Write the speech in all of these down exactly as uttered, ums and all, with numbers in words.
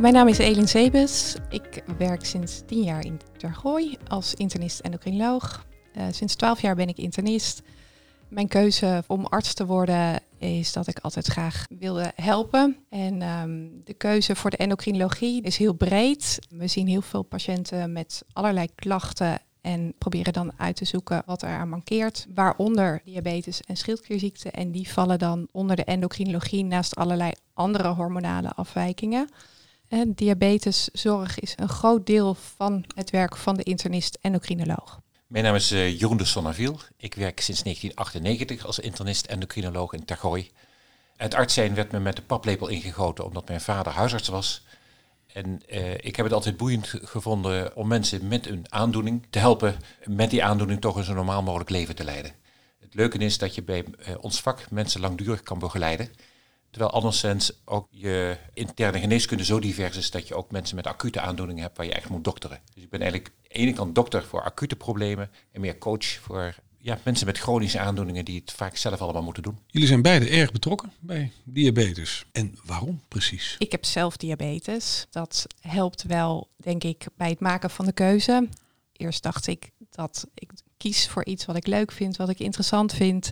Mijn naam is Elin Sebes. Ik werk sinds tien jaar in Tergooi als internist-endocrinoloog. Uh, sinds twaalf jaar ben ik internist. Mijn keuze om arts te worden is dat ik altijd graag wilde helpen. En um, de keuze voor de endocrinologie is heel breed. We zien heel veel patiënten met allerlei klachten en proberen dan uit te zoeken wat er aan mankeert. Waaronder diabetes en schildklierziekte. En die vallen dan onder de endocrinologie naast allerlei andere hormonale afwijkingen. En diabeteszorg is een groot deel van het werk van de internist-endocrinoloog. Mijn naam is uh, Jeroen de Sonnaviel. Ik werk sinds negentien achtennegentig als internist-endocrinoloog in Tergooi. Het arts zijn werd me met de paplepel ingegoten omdat mijn vader huisarts was. En uh, ik heb het altijd boeiend gevonden om mensen met een aandoening te helpen met die aandoening toch een zo normaal mogelijk leven te leiden. Het leuke is dat je bij uh, ons vak mensen langdurig kan begeleiden. Terwijl anderszins ook je interne geneeskunde zo divers is dat je ook mensen met acute aandoeningen hebt waar je echt moet dokteren. Dus ik ben eigenlijk aan de ene kant dokter voor acute problemen en meer coach voor ja, mensen met chronische aandoeningen die het vaak zelf allemaal moeten doen. Jullie zijn beide erg betrokken bij diabetes. En waarom precies? Ik heb zelf diabetes. Dat helpt wel, denk ik, bij het maken van de keuze. Eerst dacht ik dat ik kies voor iets wat ik leuk vind, wat ik interessant vind.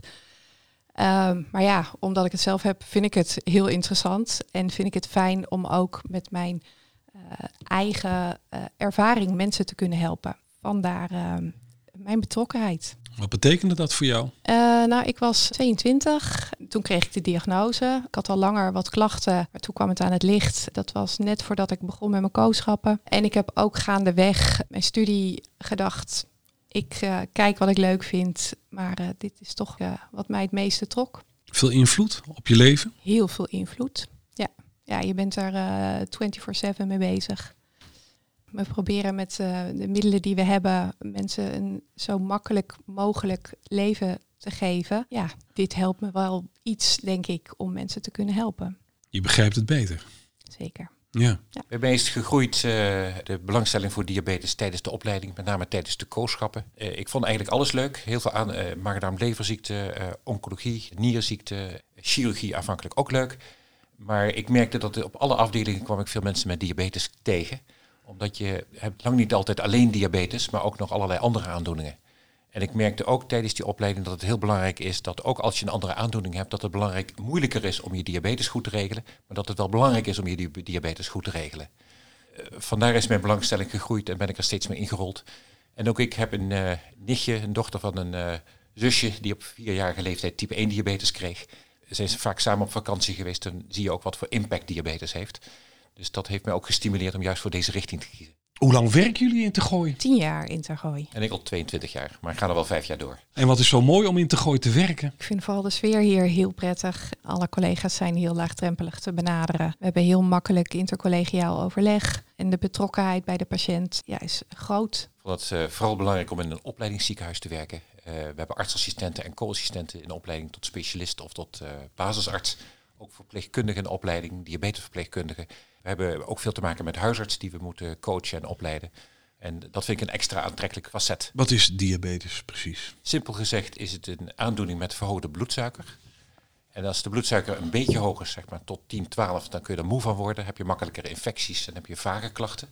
Um, maar ja, omdat ik het zelf heb, vind ik het heel interessant. En vind ik het fijn om ook met mijn uh, eigen uh, ervaring mensen te kunnen helpen. Vandaar uh, mijn betrokkenheid. Wat betekende dat voor jou? Uh, nou, ik was tweeëntwintig. Toen kreeg ik de diagnose. Ik had al langer wat klachten, maar toen kwam het aan het licht. Dat was net voordat ik begon met mijn kooschappen. En ik heb ook gaandeweg mijn studie gedacht, ik uh, kijk wat ik leuk vind, maar uh, dit is toch uh, wat mij het meeste trok. Veel invloed op je leven? Heel veel invloed, ja. Ja, je bent er uh, vierentwintig zeven mee bezig. We proberen met uh, de middelen die we hebben mensen een zo makkelijk mogelijk leven te geven. Ja, dit helpt me wel iets, denk ik, om mensen te kunnen helpen. Je begrijpt het beter. Zeker. Ja. Ja. Bij mij is gegroeid uh, de belangstelling voor diabetes tijdens de opleiding, met name tijdens de kooschappen. Uh, ik vond eigenlijk alles leuk. Heel veel aan uh, maag-darm-leverziekte, uh, oncologie, nierziekte, chirurgie aanvankelijk ook leuk. Maar ik merkte dat op alle afdelingen kwam ik veel mensen met diabetes tegen. Omdat je hebt lang niet altijd alleen diabetes, maar ook nog allerlei andere aandoeningen. En ik merkte ook tijdens die opleiding dat het heel belangrijk is dat ook als je een andere aandoening hebt, dat het belangrijk moeilijker is om je diabetes goed te regelen, maar dat het wel belangrijk is om je diabetes goed te regelen. Uh, vandaar is mijn belangstelling gegroeid en ben ik er steeds meer ingerold. En ook ik heb een uh, nichtje, een dochter van een uh, zusje die op vierjarige leeftijd type één diabetes kreeg. Zijn ze vaak samen op vakantie geweest, dan zie je ook wat voor impact diabetes heeft. Dus dat heeft mij ook gestimuleerd om juist voor deze richting te kiezen. Hoe lang werken jullie in Tergooi? Tien jaar in Tergooi. En ik al tweeëntwintig jaar, maar ik ga er wel vijf jaar door. En wat is zo mooi om in Tergooi te werken? Ik vind vooral de sfeer hier heel prettig. Alle collega's zijn heel laagdrempelig te benaderen. We hebben heel makkelijk intercollegiaal overleg. En de betrokkenheid bij de patiënt ja, is groot. Ik vond het uh, vooral belangrijk om in een opleidingsziekenhuis te werken. Uh, we hebben artsassistenten en co-assistenten in de opleiding tot specialist of tot uh, basisarts. Ook verpleegkundigen in de opleiding, diabetesverpleegkundigen. We hebben ook veel te maken met huisarts die we moeten coachen en opleiden. En dat vind ik een extra aantrekkelijk facet. Wat is diabetes precies? Simpel gezegd is het een aandoening met verhoogde bloedsuiker. En als de bloedsuiker een beetje hoog is, zeg maar tot tien, twaalf, dan kun je er moe van worden. Heb je makkelijker infecties en heb je vage klachten.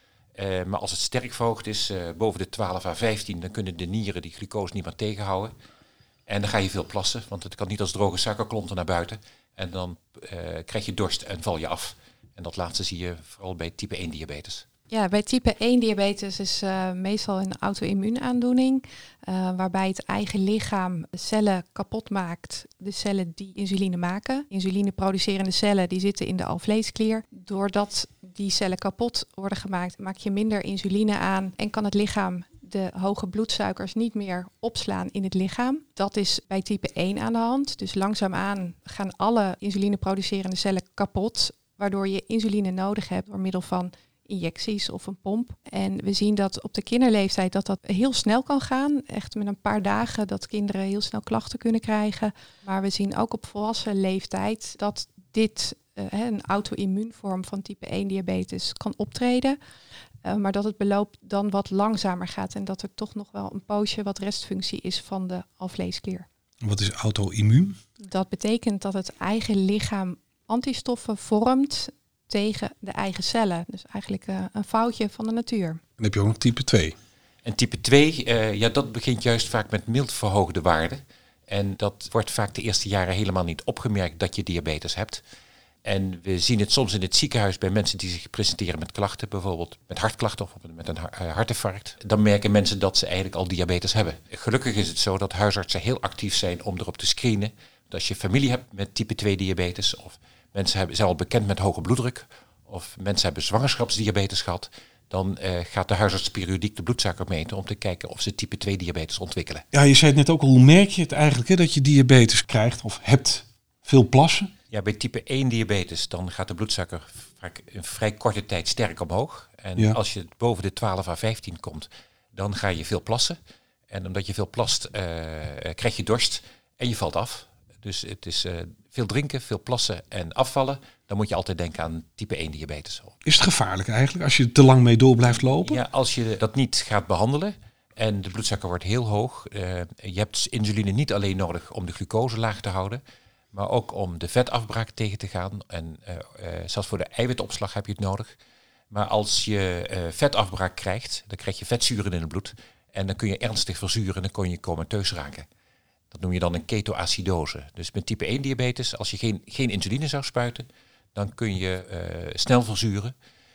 Uh, maar als het sterk verhoogd is, uh, boven de twaalf à vijftien, dan kunnen de nieren die glucose niet meer tegenhouden. En dan ga je veel plassen, want het kan niet als droge suikerklonten naar buiten. En dan uh, krijg je dorst en val je af. En dat laatste zie je vooral bij type één diabetes. Ja, bij type één diabetes is uh, meestal een auto-immuunaandoening. Uh, waarbij het eigen lichaam cellen kapot maakt. De cellen die insuline maken. Insuline producerende cellen die zitten in de alvleesklier. Doordat die cellen kapot worden gemaakt, maak je minder insuline aan. En kan het lichaam de hoge bloedsuikers niet meer opslaan in het lichaam. Dat is bij type één aan de hand. Dus langzaamaan gaan alle insulineproducerende cellen kapot, waardoor je insuline nodig hebt door middel van injecties of een pomp. En we zien dat op de kinderleeftijd dat dat heel snel kan gaan. Echt met een paar dagen dat kinderen heel snel klachten kunnen krijgen. Maar we zien ook op volwassen leeftijd dat dit uh, een auto-immuunvorm van type één diabetes kan optreden. Uh, maar dat het beloop dan wat langzamer gaat en dat er toch nog wel een poosje wat restfunctie is van de alvleesklier. Wat is auto-immuun? Dat betekent dat het eigen lichaam antistoffen vormt tegen de eigen cellen. Dus eigenlijk uh, een foutje van de natuur. Dan heb je ook nog type twee. En type twee, uh, ja, dat begint juist vaak met mild verhoogde waarden. En dat wordt vaak de eerste jaren helemaal niet opgemerkt dat je diabetes hebt. En we zien het soms in het ziekenhuis bij mensen die zich presenteren met klachten, bijvoorbeeld met hartklachten of met een hartinfarct. Dan merken mensen dat ze eigenlijk al diabetes hebben. Gelukkig is het zo dat huisartsen heel actief zijn om erop te screenen. Dat als je familie hebt met type twee diabetes, of mensen hebben, zijn al bekend met hoge bloeddruk, of mensen hebben zwangerschapsdiabetes gehad, dan uh, gaat de huisarts periodiek de bloedsuiker meten om te kijken of ze type twee diabetes ontwikkelen. Ja, je zei het net ook al, hoe merk je het eigenlijk hè, dat je diabetes krijgt of hebt? Veel plassen? Ja, bij type één diabetes dan gaat de bloedsuiker vaak in vrij korte tijd sterk omhoog. En ja. als je boven de twaalf à vijftien komt, dan ga je veel plassen. En omdat je veel plast, uh, krijg je dorst en je valt af. Dus het is uh, veel drinken, veel plassen en afvallen. Dan moet je altijd denken aan type één diabetes. Is het gevaarlijk eigenlijk als je er te lang mee door blijft lopen? Ja, als je dat niet gaat behandelen en de bloedsuiker wordt heel hoog. Uh, je hebt insuline niet alleen nodig om de glucose laag te houden, maar ook om de vetafbraak tegen te gaan. En uh, uh, zelfs voor de eiwitopslag heb je het nodig. Maar als je uh, vetafbraak krijgt, dan krijg je vetzuren in het bloed. En dan kun je ernstig verzuren en dan kun je comateus raken. Dat noem je dan een ketoacidose. Dus met type één diabetes, als je geen, geen insuline zou spuiten, dan kun je uh, snel verzuren.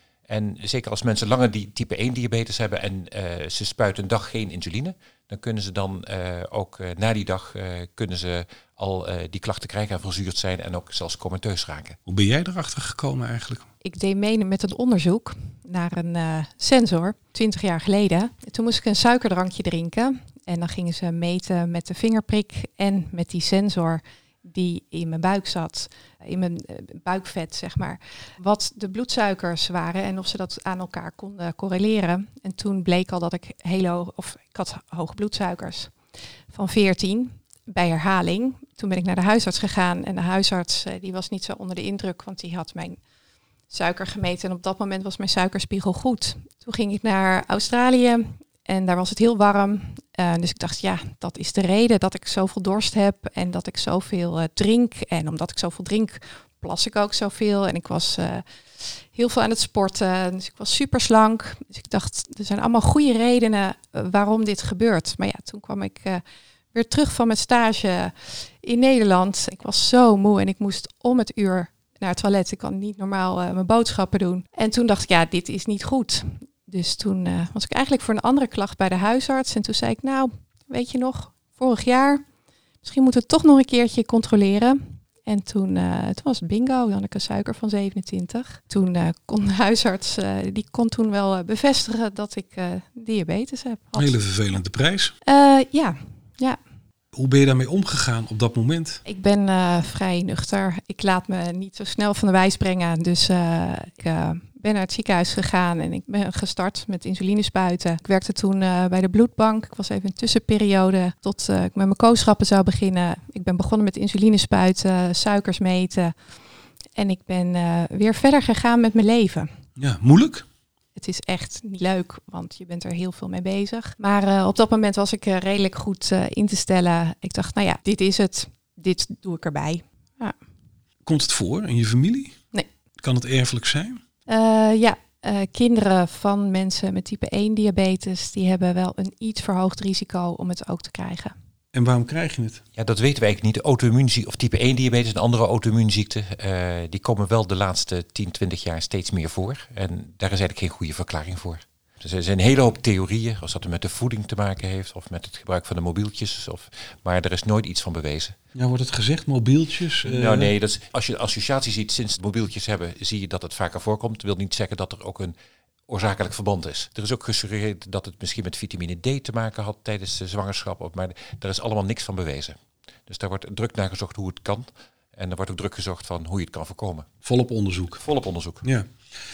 En zeker als mensen langer die type één diabetes hebben en uh, ze spuiten een dag geen insuline, dan kunnen ze dan uh, ook uh, na die dag uh, kunnen ze al uh, die klachten krijgen en verzuurd zijn en ook zelfs comateus raken. Hoe ben jij erachter gekomen eigenlijk? Ik deed mee met een onderzoek naar een uh, sensor, twintig jaar geleden. En toen moest ik een suikerdrankje drinken. En dan gingen ze meten met de vingerprik en met die sensor die in mijn buik zat, in mijn uh, buikvet zeg maar, wat de bloedsuikers waren en of ze dat aan elkaar konden correleren. En toen bleek al dat ik hele hoog, of ik had hoge bloedsuikers van veertien bij herhaling. Toen ben ik naar de huisarts gegaan en de huisarts uh, die was niet zo onder de indruk, want die had mijn suiker gemeten en op dat moment was mijn suikerspiegel goed. Toen ging ik naar Australië en daar was het heel warm. Uh, dus ik dacht, ja, dat is de reden dat ik zoveel dorst heb en dat ik zoveel uh, drink. En omdat ik zoveel drink, plas ik ook zoveel. En ik was uh, heel veel aan het sporten, dus ik was super slank. Dus ik dacht, er zijn allemaal goede redenen uh, waarom dit gebeurt. Maar ja, toen kwam ik uh, weer terug van mijn stage in Nederland. Ik was zo moe en ik moest om het uur naar het toilet. Ik kan niet normaal uh, mijn boodschappen doen. En toen dacht ik, ja, dit is niet goed. Dus toen uh, was ik eigenlijk voor een andere klacht bij de huisarts. En toen zei ik, nou, weet je nog, vorig jaar, misschien moeten we het toch nog een keertje controleren. En toen, uh, toen was het bingo, dan had ik een suiker van zevenentwintig. Toen uh, kon de huisarts, uh, die kon toen wel uh, bevestigen dat ik uh, diabetes heb. Een hele vervelende prijs. Uh, ja, ja. Hoe ben je daarmee omgegaan op dat moment? Ik ben uh, vrij nuchter. Ik laat me niet zo snel van de wijs brengen. Dus uh, ik uh, ben naar het ziekenhuis gegaan en ik ben gestart met insulinespuiten. Ik werkte toen uh, bij de bloedbank. Ik was even een tussenperiode tot uh, ik met mijn kooschappen zou beginnen. Ik ben begonnen met insulinespuiten, suikers meten. En ik ben uh, weer verder gegaan met mijn leven. Ja, moeilijk? Het is echt niet leuk, want je bent er heel veel mee bezig. Maar uh, op dat moment was ik uh, redelijk goed uh, in te stellen. Ik dacht, nou ja, dit is het. Dit doe ik erbij. Ja. Komt het voor in je familie? Nee. Kan het erfelijk zijn? Uh, ja, uh, kinderen van mensen met type één diabetes, die hebben wel een iets verhoogd risico om het ook te krijgen. En waarom krijg je het? Ja, dat weten we eigenlijk niet. Auto-immuunziekte of type één diabetes en andere auto-immuunziekten, uh, die komen wel de laatste tien, twintig jaar steeds meer voor. En daar is eigenlijk geen goede verklaring voor. Dus er zijn een hele hoop theorieën, of dat het met de voeding te maken heeft, of met het gebruik van de mobieltjes. Of, maar er is nooit iets van bewezen. Ja, wordt het gezegd, mobieltjes? Uh... Nou nee, dat is, als je associatie ziet sinds de mobieltjes hebben, zie je dat het vaker voorkomt. Dat wil niet zeggen dat er ook een oorzakelijk verband is. Er is ook gesuggereerd dat het misschien met vitamine D te maken had tijdens de zwangerschap, maar er is allemaal niks van bewezen. Dus daar wordt druk naar gezocht hoe het kan. En er wordt ook druk gezocht van hoe je het kan voorkomen. Volop onderzoek. Volop onderzoek. Ja.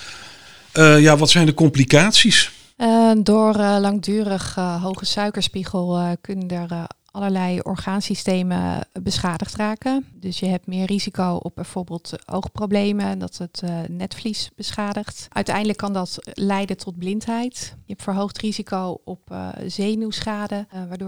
Uh, ja, wat zijn de complicaties? Uh, door uh, langdurig uh, hoge suikerspiegel uh, kunnen er uh, allerlei orgaansystemen beschadigd raken. Dus je hebt meer risico op bijvoorbeeld oogproblemen, dat het uh, netvlies beschadigt. Uiteindelijk kan dat leiden tot blindheid. Je hebt verhoogd risico op uh, zenuwschade, uh, waardoor je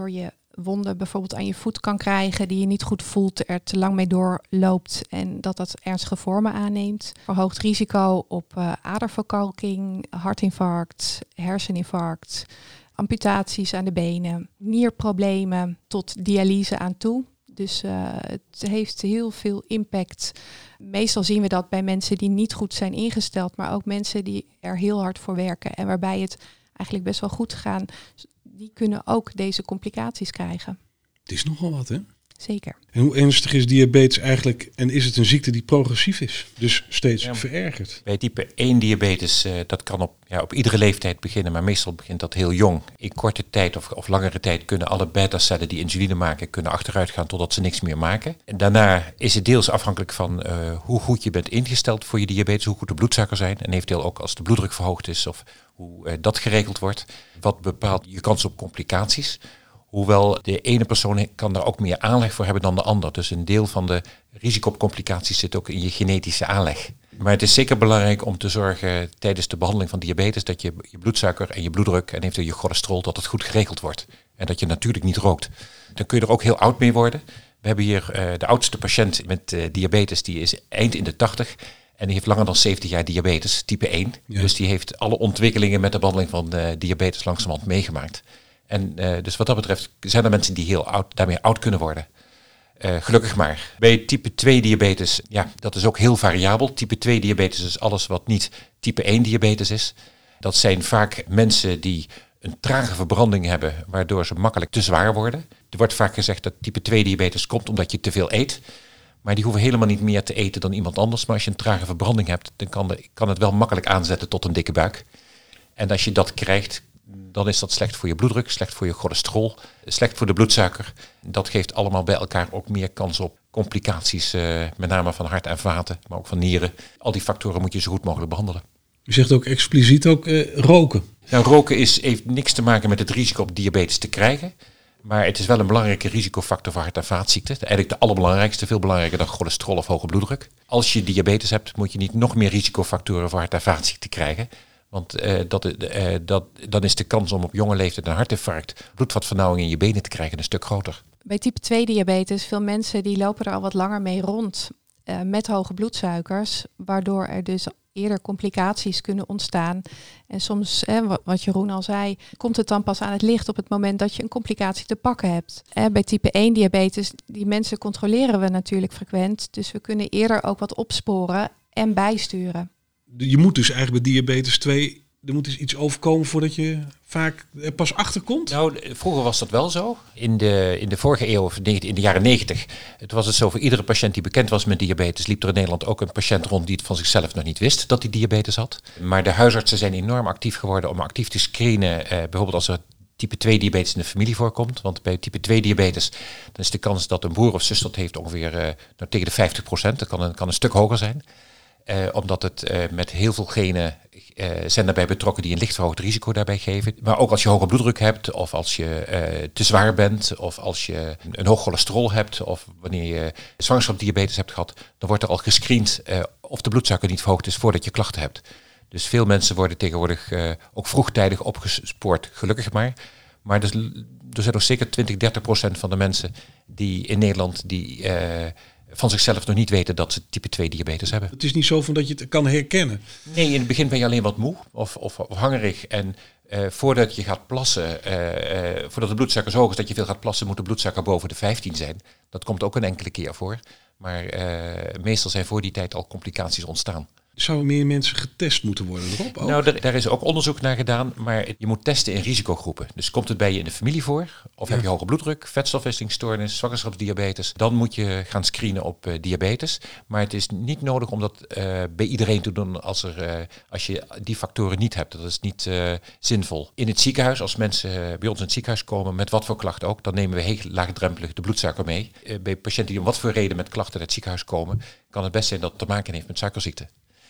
wonden bijvoorbeeld aan je voet kan krijgen die je niet goed voelt, er te lang mee doorloopt en dat dat ernstige vormen aanneemt. Verhoogd risico op uh, aderverkalking, hartinfarct, herseninfarct, amputaties aan de benen, nierproblemen tot dialyse aan toe. Dus uh, het heeft heel veel impact. Meestal zien we dat bij mensen die niet goed zijn ingesteld, maar ook mensen die er heel hard voor werken en waarbij het eigenlijk best wel goed gaat, die kunnen ook deze complicaties krijgen. Het is nogal wat, hè? Zeker. En hoe ernstig is diabetes eigenlijk en is het een ziekte die progressief is? Dus steeds ja, verergert? Bij type één diabetes, uh, dat kan op, ja, op iedere leeftijd beginnen, maar meestal begint dat heel jong. In korte tijd of, of langere tijd kunnen alle beta-cellen die insuline maken, kunnen achteruit gaan totdat ze niks meer maken. En daarna is het deels afhankelijk van uh, hoe goed je bent ingesteld voor je diabetes, hoe goed de bloedsuiker zijn en eventueel ook als de bloeddruk verhoogd is of hoe uh, dat geregeld wordt. Wat bepaalt je kans op complicaties. Hoewel de ene persoon kan daar ook meer aanleg voor hebben dan de ander. Dus een deel van de risico op complicaties zit ook in je genetische aanleg. Maar het is zeker belangrijk om te zorgen tijdens de behandeling van diabetes dat je, je bloedsuiker en je bloeddruk en eventueel je cholesterol, dat het goed geregeld wordt. En dat je natuurlijk niet rookt. Dan kun je er ook heel oud mee worden. We hebben hier uh, de oudste patiënt met uh, diabetes, die is eind in de tachtig. En die heeft langer dan zeventig jaar diabetes, type één. Ja. Dus die heeft alle ontwikkelingen met de behandeling van uh, diabetes langzamerhand meegemaakt. En uh, dus wat dat betreft zijn er mensen die heel oud, daarmee oud kunnen worden. Uh, gelukkig maar. Bij type twee diabetes, ja, dat is ook heel variabel. Type twee diabetes is alles wat niet type één diabetes is. Dat zijn vaak mensen die een trage verbranding hebben, waardoor ze makkelijk te zwaar worden. Er wordt vaak gezegd dat type twee diabetes komt omdat je te veel eet. Maar die hoeven helemaal niet meer te eten dan iemand anders. Maar als je een trage verbranding hebt, dan kan, de, kan het wel makkelijk aanzetten tot een dikke buik. En als je dat krijgt, dan is dat slecht voor je bloeddruk, slecht voor je cholesterol, slecht voor de bloedsuiker. Dat geeft allemaal bij elkaar ook meer kans op complicaties, uh, met name van hart en vaten, maar ook van nieren. Al die factoren moet je zo goed mogelijk behandelen. U zegt ook expliciet ook uh, roken. Nou, roken is, heeft niks te maken met het risico op diabetes te krijgen. Maar het is wel een belangrijke risicofactor voor hart- en vaatziekten. Eigenlijk de allerbelangrijkste, veel belangrijker dan cholesterol of hoge bloeddruk. Als je diabetes hebt, moet je niet nog meer risicofactoren voor hart- en vaatziekten krijgen. Want uh, dat, uh, dat, dan is de kans om op jonge leeftijd een hartinfarct, bloedvatvernauwing in je benen te krijgen een stuk groter. Bij type twee diabetes, veel mensen die lopen er al wat langer mee rond uh, met hoge bloedsuikers, waardoor er dus eerder complicaties kunnen ontstaan. En soms, hè, wat Jeroen al zei, komt het dan pas aan het licht op het moment dat je een complicatie te pakken hebt. Eh, bij type één diabetes, die mensen controleren we natuurlijk frequent. Dus we kunnen eerder ook wat opsporen en bijsturen. Je moet dus eigenlijk bij diabetes twee, er moet dus iets overkomen voordat je vaak er pas achterkomt? Nou, vroeger was dat wel zo. In de, in de vorige eeuw, of in de jaren negentig, het was het zo voor iedere patiënt die bekend was met diabetes, liep er in Nederland ook een patiënt rond die het van zichzelf nog niet wist dat hij diabetes had. Maar de huisartsen zijn enorm actief geworden om actief te screenen, eh, bijvoorbeeld als er type twee diabetes in de familie voorkomt. Want bij type twee diabetes, dan is de kans dat een broer of zus dat heeft ongeveer uh, nou, tegen de vijftig procent. Dat kan een, kan een stuk hoger zijn. Uh, omdat het uh, met heel veel genen uh, zijn daarbij betrokken die een licht verhoogd risico daarbij geven. Maar ook als je hoge bloeddruk hebt, of als je uh, te zwaar bent, of als je een, een hoog cholesterol hebt, of wanneer je zwangerschapsdiabetes hebt gehad, dan wordt er al gescreend uh, of de bloedsuiker niet verhoogd is voordat je klachten hebt. Dus veel mensen worden tegenwoordig uh, ook vroegtijdig opgespoord, gelukkig maar. Maar dus, er zijn nog zeker twintig, dertig procent van de mensen die in Nederland die uh, van zichzelf nog niet weten dat ze type twee diabetes hebben. Het is niet zo van dat je het kan herkennen. Nee, in het begin ben je alleen wat moe of, of, of hangerig. En uh, voordat je gaat plassen, uh, uh, voordat de bloedsuiker zo hoog is dat je veel gaat plassen, moet de bloedsuiker boven de vijftien zijn. Dat komt ook een enkele keer voor. Maar uh, meestal zijn voor die tijd al complicaties ontstaan. Zouden meer mensen getest moeten worden erop ook? Nou, daar, daar is ook onderzoek naar gedaan, maar je moet testen in risicogroepen. Dus komt het bij je in de familie voor? Of ja. heb je hoge bloeddruk, vetstofwisselingsstoornis, zwangerschapsdiabetes? Dan moet je gaan screenen op uh, diabetes. Maar het is niet nodig om dat uh, bij iedereen te doen als, er, uh, als je die factoren niet hebt. Dat is niet uh, zinvol. In het ziekenhuis, als mensen uh, bij ons in het ziekenhuis komen, met wat voor klachten ook, dan nemen we heel laagdrempelig de bloedsuiker mee. Uh, bij patiënten die om wat voor reden met klachten naar het ziekenhuis komen, kan het best zijn dat het te maken heeft met suikerziekte.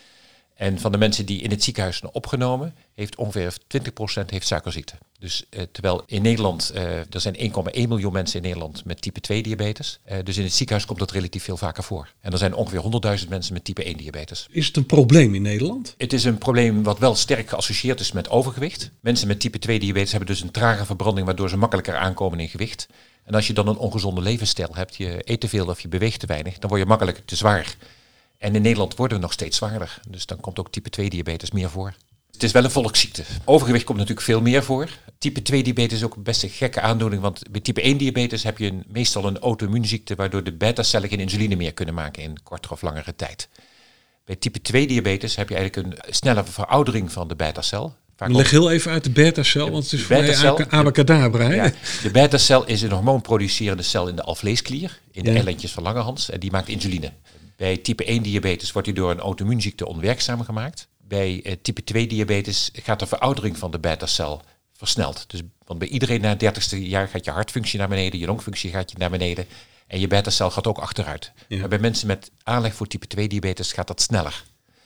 En van de mensen die in het ziekenhuis zijn opgenomen, heeft ongeveer twintig procent heeft suikerziekte. Dus uh, terwijl in Nederland, uh, er zijn één komma één miljoen mensen in Nederland met type twee diabetes. Uh, dus in het ziekenhuis komt dat relatief veel vaker voor. En er zijn ongeveer honderdduizend mensen met type één diabetes. Is het een probleem in Nederland? Het is een probleem wat wel sterk geassocieerd is met overgewicht. Mensen met type twee diabetes hebben dus een trage verbranding, waardoor ze makkelijker aankomen in gewicht. En als je dan een ongezonde levensstijl hebt, je eet te veel of je beweegt te weinig, dan word je makkelijk te zwaar. En in Nederland worden we nog steeds zwaarder. Dus dan komt ook type twee diabetes meer voor. Het is wel een volksziekte. Overgewicht komt natuurlijk veel meer voor. Type twee diabetes is ook best een gekke aandoening, want bij type één diabetes heb je een, meestal een auto-immuunziekte waardoor de beta-cellen geen insuline meer kunnen maken in kortere of langere tijd. Bij type twee diabetes heb je eigenlijk een snelle veroudering van de beta-cel. Leg heel even uit de beta-cel, want het is voor mij eigenlijk abacadabra. Hè? Ja, de beta-cel is een hormoonproducerende cel in de alvleesklier, in de ja. eilandjes van Langerhans, en die maakt insuline. Bij type één diabetes wordt die door een auto-immuunziekte onwerkzaam gemaakt. Bij uh, type twee diabetes gaat de veroudering van de beta-cel versneld. Dus, want bij iedereen na het dertigste jaar gaat je hartfunctie naar beneden, je longfunctie gaat naar beneden en je beta-cel gaat ook achteruit. Ja. Maar bij mensen met aanleg voor type twee diabetes gaat dat sneller.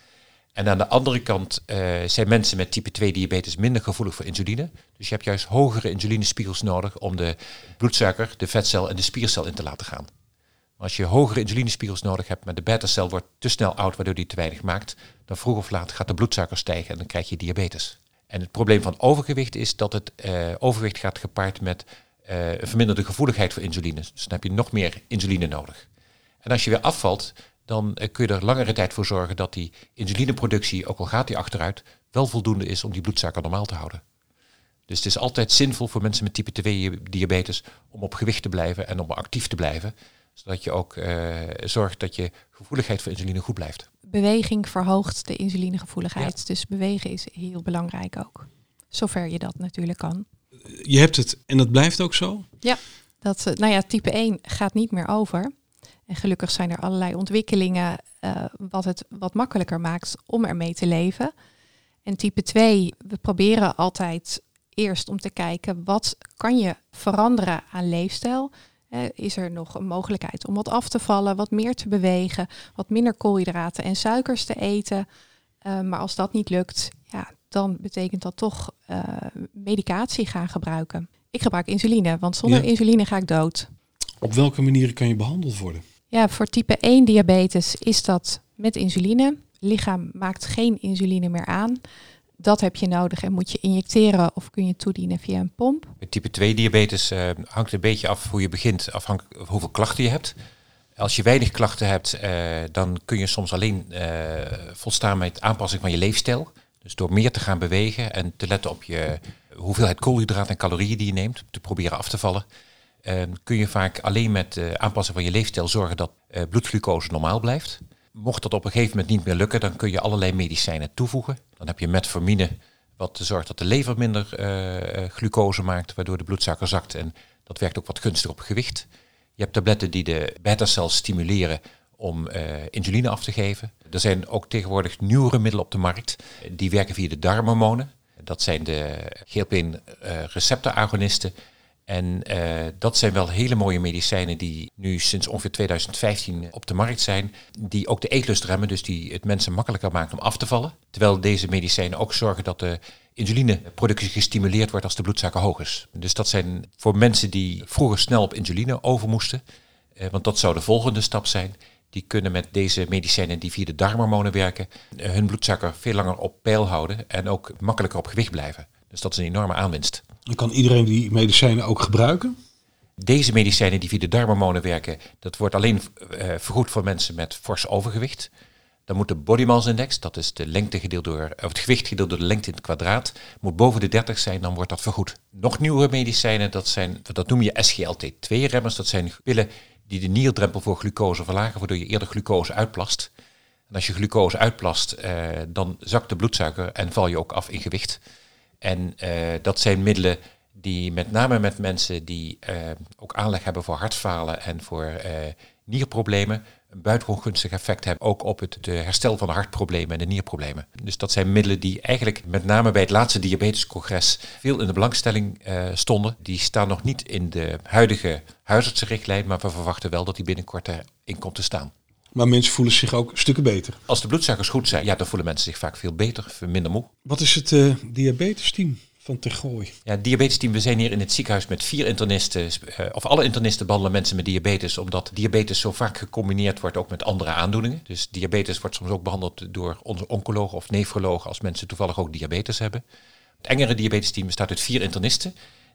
En aan de andere kant uh, zijn mensen met type twee diabetes minder gevoelig voor insuline. Dus je hebt juist hogere insulinespiegels nodig om de bloedsuiker, de vetcel en de spiercel in te laten gaan. Als je hogere insulinespiegels nodig hebt, maar de beta-cel wordt te snel oud waardoor die te weinig maakt, dan vroeg of laat gaat de bloedsuiker stijgen en dan krijg je diabetes. En het probleem van overgewicht is dat het uh, overgewicht gaat gepaard met uh, een verminderde gevoeligheid voor insuline. Dus dan heb je nog meer insuline nodig. En als je weer afvalt, dan uh, kun je er langere tijd voor zorgen dat die insulineproductie, ook al gaat die achteruit, wel voldoende is om die bloedsuiker normaal te houden. Dus het is altijd zinvol voor mensen met type twee diabetes om op gewicht te blijven en om actief te blijven, zodat je ook uh, zorgt dat je gevoeligheid voor insuline goed blijft. Beweging verhoogt de insulinegevoeligheid. Ja. Dus bewegen is heel belangrijk ook. Zover je dat natuurlijk kan. Je hebt het en dat blijft ook zo? Ja, dat, nou ja, type één gaat niet meer over. En gelukkig zijn er allerlei ontwikkelingen uh, wat het wat makkelijker maakt om ermee te leven. En type twee, we proberen altijd eerst om te kijken wat kan je veranderen aan leefstijl. Uh, is er nog een mogelijkheid om wat af te vallen, wat meer te bewegen, wat minder koolhydraten en suikers te eten. Uh, maar als dat niet lukt, ja, dan betekent dat toch uh, medicatie gaan gebruiken. Ik gebruik insuline, want zonder ja. insuline ga ik dood. Op welke manieren kan je behandeld worden? Ja, voor type één diabetes is dat met insuline. Het lichaam maakt geen insuline meer aan. Dat heb je nodig en moet je injecteren of kun je toedienen via een pomp. Bij type twee diabetes uh, hangt een beetje af hoe je begint, afhankelijk van hoeveel klachten je hebt. Als je weinig klachten hebt, uh, dan kun je soms alleen uh, volstaan met aanpassing van je leefstijl. Dus door meer te gaan bewegen en te letten op je hoeveelheid koolhydraten en calorieën die je neemt, te proberen af te vallen. Uh, kun je vaak alleen met uh, aanpassing van je leefstijl zorgen dat uh, bloedglucose normaal blijft. Mocht dat op een gegeven moment niet meer lukken, dan kun je allerlei medicijnen toevoegen. Dan heb je metformine, wat zorgt dat de lever minder uh, glucose maakt, waardoor de bloedsuiker zakt. En dat werkt ook wat gunstig op gewicht. Je hebt tabletten die de beta-cel stimuleren om uh, insuline af te geven. Er zijn ook tegenwoordig nieuwere middelen op de markt. Die werken via de darmhormonen. Dat zijn de G L P één receptoragonisten. En uh, dat zijn wel hele mooie medicijnen die nu sinds ongeveer twintig vijftien op de markt zijn. Die ook de eetlust remmen, dus die het mensen makkelijker maken om af te vallen. Terwijl deze medicijnen ook zorgen dat de insulineproductie gestimuleerd wordt als de bloedsuiker hoog is. Dus dat zijn voor mensen die vroeger snel op insuline over moesten. Uh, want dat zou de volgende stap zijn. Die kunnen met deze medicijnen die via de darmhormonen werken uh, hun bloedsuiker veel langer op peil houden en ook makkelijker op gewicht blijven. Dus dat is een enorme aanwinst. En kan iedereen die medicijnen ook gebruiken? Deze medicijnen die via de darmhormonen werken, dat wordt alleen uh, vergoed voor mensen met fors overgewicht. Dan moet de body mass index, dat is de lengte gedeeld door, of het gewicht gedeeld door de lengte in het kwadraat, moet boven de dertig zijn, dan wordt dat vergoed. Nog nieuwere medicijnen, dat, zijn, dat noem je S G L T twee remmers. Dat zijn pillen die de nierdrempel voor glucose verlagen, waardoor je eerder glucose uitplast. En als je glucose uitplast, uh, dan zakt de bloedsuiker en val je ook af in gewicht. En uh, dat zijn middelen die met name met mensen die uh, ook aanleg hebben voor hartfalen en voor uh, nierproblemen een buitengewoon gunstig effect hebben. Ook op het de herstel van de hartproblemen en de nierproblemen. Dus dat zijn middelen die eigenlijk met name bij het laatste diabetescongres veel in de belangstelling uh, stonden. Die staan nog niet in de huidige huisartsenrichtlijn, maar we verwachten wel dat die binnenkort erin komt te staan. Maar mensen voelen zich ook stukken beter. Als de bloedsuikers goed zijn, ja, dan voelen mensen zich vaak veel beter, minder moe. Wat is het uh, diabetesteam van Tergooi? Ja, het diabetesteam, we zijn hier in het ziekenhuis met vier internisten. Uh, of alle internisten behandelen mensen met diabetes, omdat diabetes zo vaak gecombineerd wordt ook met andere aandoeningen. Dus diabetes wordt soms ook behandeld door onze oncologen of nefrologen als mensen toevallig ook diabetes hebben. Het engere diabetesteam bestaat uit vier internisten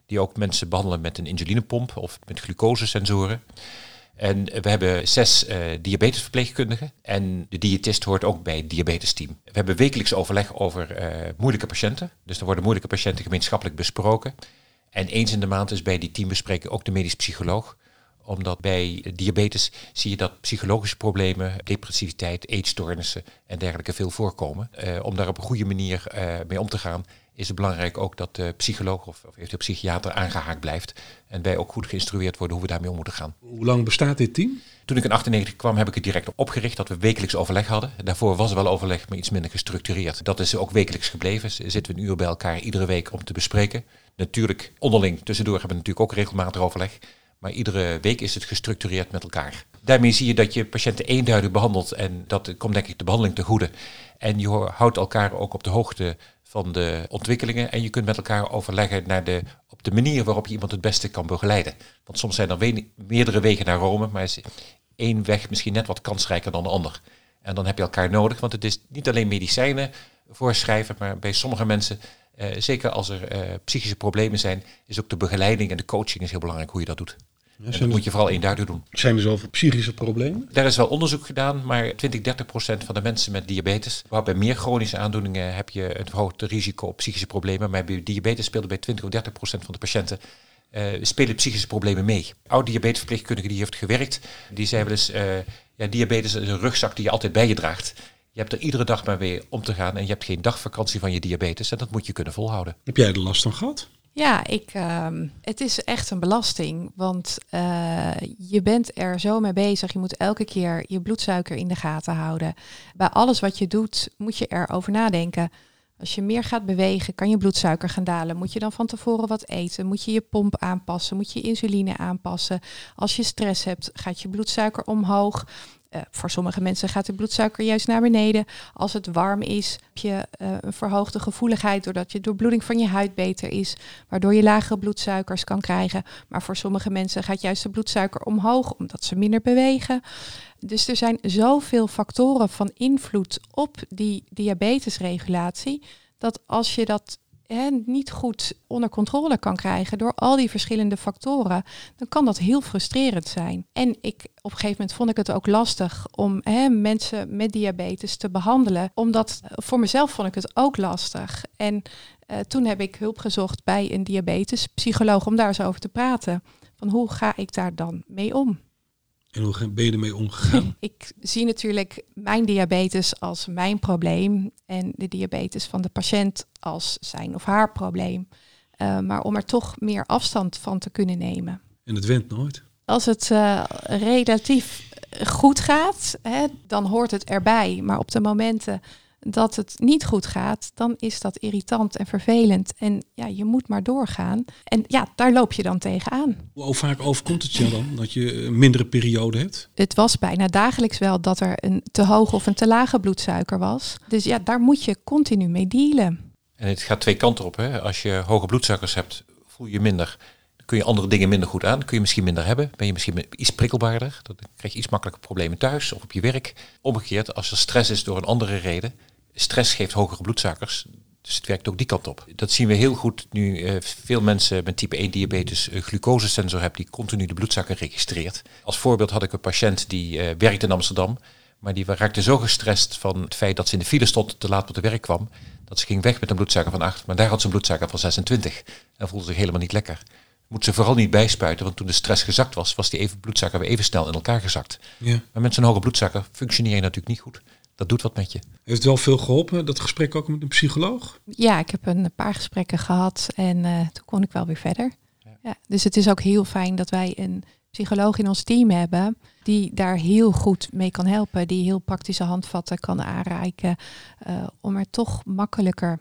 die ook mensen behandelen met een insulinepomp of met glucosesensoren. En we hebben zes uh, diabetesverpleegkundigen en de diëtist hoort ook bij het diabetesteam. We hebben wekelijks overleg over uh, moeilijke patiënten. Dus dan worden moeilijke patiënten gemeenschappelijk besproken. En eens in de maand is bij die teambespreking ook de medisch psycholoog. Omdat bij diabetes zie je dat psychologische problemen, depressiviteit, eetstoornissen en dergelijke veel voorkomen. Uh, om daar op een goede manier uh, mee om te gaan, is het belangrijk ook dat de psycholoog of, of eventueel psychiater aangehaakt blijft. En wij ook goed geïnstrueerd worden hoe we daarmee om moeten gaan. Hoe lang bestaat dit team? Toen ik in achtennegentig kwam, heb ik het direct opgericht dat we wekelijks overleg hadden. Daarvoor was er wel overleg, maar iets minder gestructureerd. Dat is ook wekelijks gebleven. Zitten we een uur bij elkaar iedere week om te bespreken. Natuurlijk, onderling tussendoor hebben we natuurlijk ook regelmatig overleg. Maar iedere week is het gestructureerd met elkaar. Daarmee zie je dat je patiënten eenduidig behandelt. En dat komt denk ik de behandeling te goede. En je houdt elkaar ook op de hoogte van de ontwikkelingen. En je kunt met elkaar overleggen naar de, op de manier waarop je iemand het beste kan begeleiden. Want soms zijn er we- meerdere wegen naar Rome. Maar is één weg misschien net wat kansrijker dan de ander. En dan heb je elkaar nodig. Want het is niet alleen medicijnen voorschrijven. Maar bij sommige mensen, eh, zeker als er uh, psychische problemen zijn, is ook de begeleiding en de coaching is heel belangrijk hoe je dat doet. Ja, en dat moet je vooral eenduidig doen. Zijn er zoveel psychische problemen? Daar is wel onderzoek gedaan, maar twintig, dertig procent van de mensen met diabetes, waar bij meer chronische aandoeningen heb je een verhoogd risico op psychische problemen, maar bij diabetes speelde bij twintig of dertig procent van de patiënten uh, spelen psychische problemen mee. Oud diabetesverpleegkundige die heeft gewerkt, die zei wel eens, uh, ja, diabetes is een rugzak die je altijd bij je draagt. Je hebt er iedere dag maar weer om te gaan en je hebt geen dagvakantie van je diabetes en dat moet je kunnen volhouden. Heb jij er last van gehad? Ja, ik, uh, het is echt een belasting, want uh, je bent er zo mee bezig. Je moet elke keer je bloedsuiker in de gaten houden. Bij alles wat je doet, moet je erover nadenken. Als je meer gaat bewegen, kan je bloedsuiker gaan dalen. Moet je dan van tevoren wat eten? Moet je je pomp aanpassen? Moet je insuline aanpassen? Als je stress hebt, gaat je bloedsuiker omhoog. Uh, voor sommige mensen gaat de bloedsuiker juist naar beneden. Als het warm is, heb je uh, een verhoogde gevoeligheid doordat je doorbloeding van je huid beter is, waardoor je lagere bloedsuikers kan krijgen. Maar voor sommige mensen gaat juist de bloedsuiker omhoog omdat ze minder bewegen. Dus er zijn zoveel factoren van invloed op die diabetesregulatie, dat als je dat He, niet goed onder controle kan krijgen door al die verschillende factoren, dan kan dat heel frustrerend zijn. En ik, op een gegeven moment vond ik het ook lastig om he, mensen met diabetes te behandelen, omdat voor mezelf vond ik het ook lastig. En uh, toen heb ik hulp gezocht bij een diabetespsycholoog om daar eens over te praten. Van hoe ga ik daar dan mee om? En hoe ben je ermee omgegaan? Ik zie natuurlijk mijn diabetes als mijn probleem en de diabetes van de patiënt als zijn of haar probleem. Uh, maar om er toch meer afstand van te kunnen nemen. En het went nooit? Als het uh, relatief goed gaat, hè, dan hoort het erbij. Maar op de momenten dat het niet goed gaat, dan is dat irritant en vervelend. En ja, je moet maar doorgaan. En ja, daar loop je dan tegenaan. Hoe vaak overkomt het je dan dat je een mindere periode hebt? Het was bijna dagelijks wel dat er een te hoge of een te lage bloedsuiker was. Dus ja, daar moet je continu mee dealen. En het gaat twee kanten op. Hè? Als je hoge bloedsuikers hebt, voel je minder. Dan kun je andere dingen minder goed aan. Dan kun je misschien minder hebben. Ben je misschien iets prikkelbaarder. Dan krijg je iets makkelijker problemen thuis of op je werk. Omgekeerd, als er stress is door een andere reden. Stress geeft hogere bloedsuikers, dus het werkt ook die kant op. Dat zien we heel goed nu uh, veel mensen met type één diabetes een glucosesensor hebben die continu de bloedsuiker registreert. Als voorbeeld had ik een patiënt die uh, werkte in Amsterdam, maar die raakte zo gestrest van het feit dat ze in de file stond te laat op de werk kwam, dat ze ging weg met een bloedsuiker van acht, maar daar had ze een bloedsuiker van zesentwintig en voelde zich helemaal niet lekker. Moet ze vooral niet bijspuiten, want toen de stress gezakt was, was die even bloedsuiker weer even snel in elkaar gezakt. Ja. Maar met zo'n hoge bloedsuiker functioneer je natuurlijk niet goed. Dat doet wat met je. Heeft het wel veel geholpen, dat gesprek ook met een psycholoog? Ja, ik heb een paar gesprekken gehad en uh, toen kon ik wel weer verder. Ja. Ja, dus het is ook heel fijn dat wij een psycholoog in ons team hebben die daar heel goed mee kan helpen. Die heel praktische handvatten kan aanreiken uh, om er toch makkelijker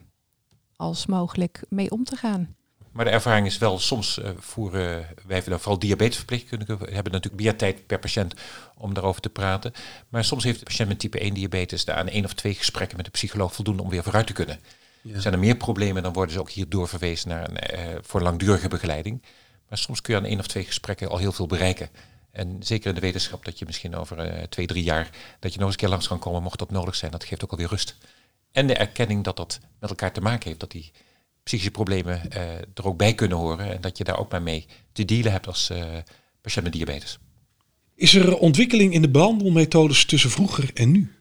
als mogelijk mee om te gaan. Maar de ervaring is wel, soms uh, voeren wij vooral diabetesverpleegkundigen, we hebben natuurlijk meer tijd per patiënt om daarover te praten. Maar soms heeft de patiënt met type één diabetes daar aan één of twee gesprekken met de psycholoog voldoende om weer vooruit te kunnen. Ja. Zijn er meer problemen, dan worden ze ook hier doorverwezen naar een, uh, voor langdurige begeleiding. Maar soms kun je aan één of twee gesprekken al heel veel bereiken. En zeker in de wetenschap dat je misschien over uh, twee, drie jaar, dat je nog eens een keer langs kan komen mocht dat nodig zijn. Dat geeft ook alweer rust. En de erkenning dat dat met elkaar te maken heeft, dat die psychische problemen uh, er ook bij kunnen horen. En dat je daar ook maar mee te dealen hebt als uh, patiënt met diabetes. Is er ontwikkeling in de behandelmethodes tussen vroeger en nu?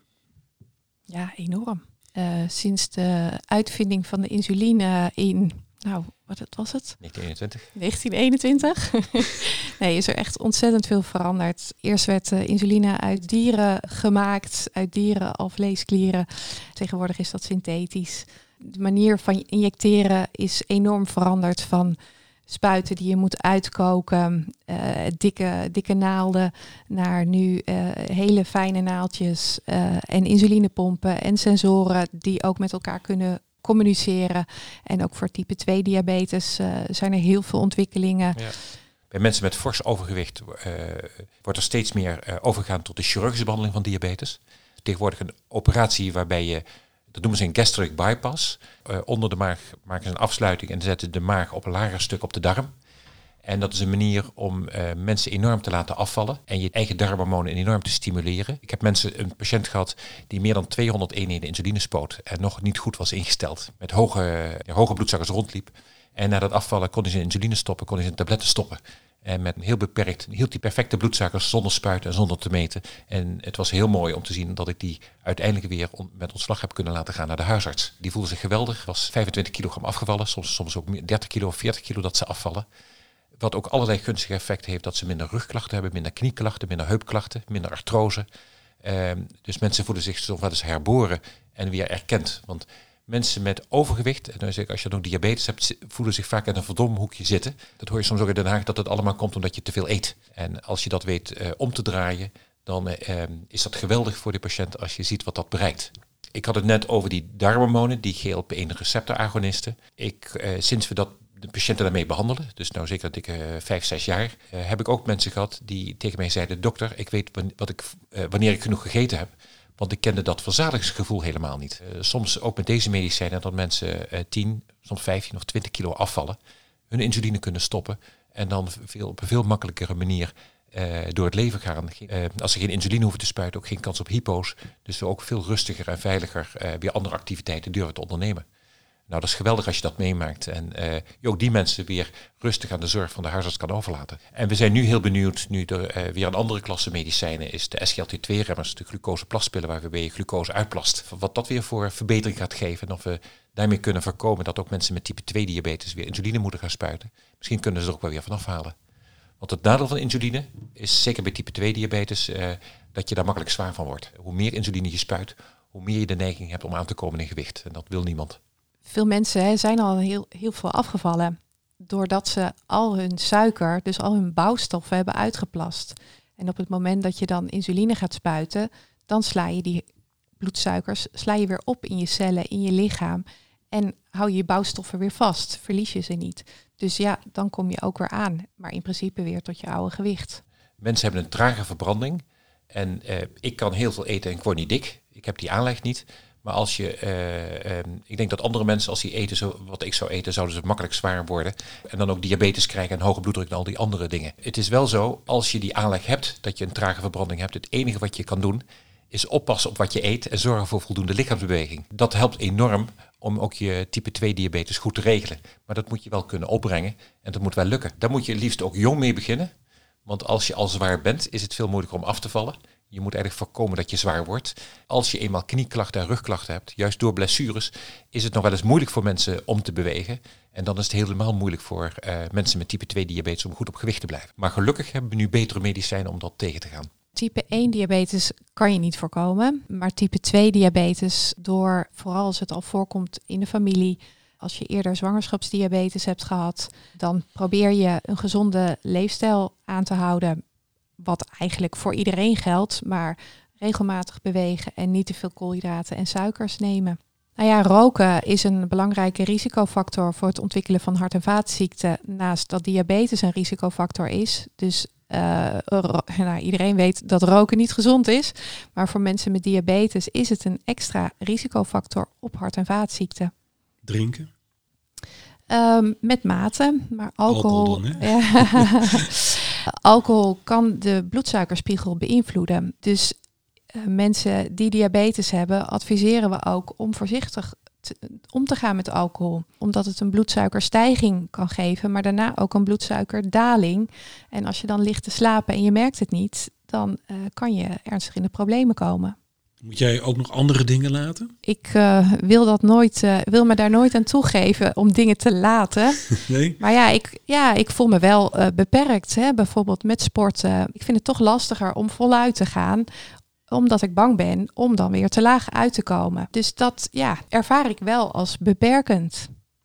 Ja, enorm. Uh, sinds de uitvinding van de insuline in, nou, wat was het? negentien eenentwintig. negentien eenentwintig. Nee, is er echt ontzettend veel veranderd. Eerst werd uh, insuline uit dieren gemaakt, uit dieren al vleesklieren. Tegenwoordig is dat synthetisch. De manier van injecteren is enorm veranderd van spuiten die je moet uitkoken, uh, dikke, dikke naalden, naar nu uh, hele fijne naaldjes uh, en insulinepompen en sensoren die ook met elkaar kunnen communiceren. En ook voor type twee diabetes uh, zijn er heel veel ontwikkelingen. Ja. Bij mensen met fors overgewicht uh, wordt er steeds meer uh, overgegaan tot de chirurgische behandeling van diabetes. Tegenwoordig een operatie waarbij je, dat noemen ze een gastric bypass. Uh, onder de maag maken ze een afsluiting en zetten de maag op een lager stuk op de darm. En dat is een manier om uh, mensen enorm te laten afvallen en je eigen darmhormonen enorm te stimuleren. Ik heb mensen, een patiënt gehad die meer dan tweehonderd eenheden insuline spoot en nog niet goed was ingesteld. Met hoge, ja, hoge bloedsuikers rondliep. En na dat afvallen kon hij zijn insuline stoppen, kon hij zijn tabletten stoppen. En met een heel beperkt, hield die perfecte bloedsuikers zonder spuiten en zonder te meten. En het was heel mooi om te zien dat ik die uiteindelijk weer on, met ontslag heb kunnen laten gaan naar de huisarts. Die voelde zich geweldig, was vijfentwintig kilogram afgevallen, soms, soms ook dertig kilo of veertig kilo dat ze afvallen. Wat ook allerlei gunstige effecten heeft, dat ze minder rugklachten hebben, minder knieklachten, minder heupklachten, minder artrose. Uh, dus mensen voelen zich zo wel eens herboren en weer erkend. Want mensen met overgewicht, en dan zeg ik, als je dan ook diabetes hebt, voelen zich vaak in een verdom hoekje zitten. Dat hoor je soms ook in Den Haag, dat het allemaal komt omdat je te veel eet. En als je dat weet uh, om te draaien, dan uh, is dat geweldig voor de patiënt als je ziet wat dat bereikt. Ik had het net over die darmhormonen, die G L P één receptoragonisten. Ik, uh, sinds we dat de patiënten daarmee behandelen, dus nou zeker dat ik uh, vijf, zes jaar, uh, heb ik ook mensen gehad die tegen mij zeiden, dokter, ik weet wan- wat ik, uh, wanneer ik genoeg gegeten heb. Want ik kende dat verzadigingsgevoel helemaal niet. Uh, soms ook met deze medicijnen dat mensen uh, tien, soms vijftien of twintig kilo afvallen, hun insuline kunnen stoppen en dan veel, op een veel makkelijkere manier uh, door het leven gaan. Uh, als ze geen insuline hoeven te spuiten, ook geen kans op hypo's. Dus we ook veel rustiger en veiliger uh, weer andere activiteiten durven te ondernemen. Nou, dat is geweldig als je dat meemaakt en uh, je ook die mensen weer rustig aan de zorg van de huisarts kan overlaten. En we zijn nu heel benieuwd, nu er uh, weer een andere klasse medicijnen is, de S G L T twee remmers, de glucoseplasspillen waarbij je glucose uitplast. Wat dat weer voor verbetering gaat geven en of we daarmee kunnen voorkomen dat ook mensen met type twee diabetes weer insuline moeten gaan spuiten. Misschien kunnen ze er ook wel weer van afhalen. Want het nadeel van insuline is, zeker bij type twee diabetes, uh, dat je daar makkelijk zwaar van wordt. Hoe meer insuline je spuit, hoe meer je de neiging hebt om aan te komen in gewicht. En dat wil niemand. Veel mensen hè, zijn al heel, heel veel afgevallen doordat ze al hun suiker, dus al hun bouwstoffen hebben uitgeplast. En op het moment dat je dan insuline gaat spuiten, dan sla je die bloedsuikers sla je weer op in je cellen, in je lichaam. En hou je je bouwstoffen weer vast, verlies je ze niet. Dus ja, dan kom je ook weer aan, maar in principe weer tot je oude gewicht. Mensen hebben een trage verbranding en uh, ik kan heel veel eten en ik word niet dik. Ik heb die aanleg niet. Maar als je, uh, uh, ik denk dat andere mensen als die eten zo, wat ik zou eten, zouden ze makkelijk zwaar worden. En dan ook diabetes krijgen en hoge bloeddruk en al die andere dingen. Het is wel zo, als je die aanleg hebt, dat je een trage verbranding hebt, het enige wat je kan doen, is oppassen op wat je eet en zorgen voor voldoende lichaamsbeweging. Dat helpt enorm om ook je type twee diabetes goed te regelen. Maar dat moet je wel kunnen opbrengen en dat moet wel lukken. Daar moet je het liefst ook jong mee beginnen. Want als je al zwaar bent, is het veel moeilijker om af te vallen. Je moet eigenlijk voorkomen dat je zwaar wordt. Als je eenmaal knieklachten en rugklachten hebt, juist door blessures, is het nog wel eens moeilijk voor mensen om te bewegen. En dan is het helemaal moeilijk voor uh, mensen met type twee diabetes om goed op gewicht te blijven. Maar gelukkig hebben we nu betere medicijnen om dat tegen te gaan. Type één diabetes kan je niet voorkomen, maar type twee diabetes, door vooral als het al voorkomt in de familie, als je eerder zwangerschapsdiabetes hebt gehad, dan probeer je een gezonde leefstijl aan te houden, wat eigenlijk voor iedereen geldt, maar regelmatig bewegen en niet te veel koolhydraten en suikers nemen. Nou ja, roken is een belangrijke risicofactor voor het ontwikkelen van hart- en vaatziekten, naast dat diabetes een risicofactor is. Dus uh, ro- nou, iedereen weet dat roken niet gezond is, maar voor mensen met diabetes is het een extra risicofactor op hart- en vaatziekten. Drinken? Um, met mate, maar alcohol, alcohol dan, hè? Ja, alcohol kan de bloedsuikerspiegel beïnvloeden. Dus uh, mensen die diabetes hebben, adviseren we ook om voorzichtig te, om te gaan met alcohol. Omdat het een bloedsuikerstijging kan geven, maar daarna ook een bloedsuikerdaling. En als je dan ligt te slapen en je merkt het niet, dan uh, kan je ernstig in de problemen komen. Moet jij ook nog andere dingen laten? Ik uh, wil dat nooit, uh, wil me daar nooit aan toegeven om dingen te laten. Nee? Maar ja, ik, ja, ik voel me wel uh, beperkt. Hè? Bijvoorbeeld met sporten. Ik vind het toch lastiger om voluit te gaan, omdat ik bang ben om dan weer te laag uit te komen. Dus dat ja, ervaar ik wel als beperkend.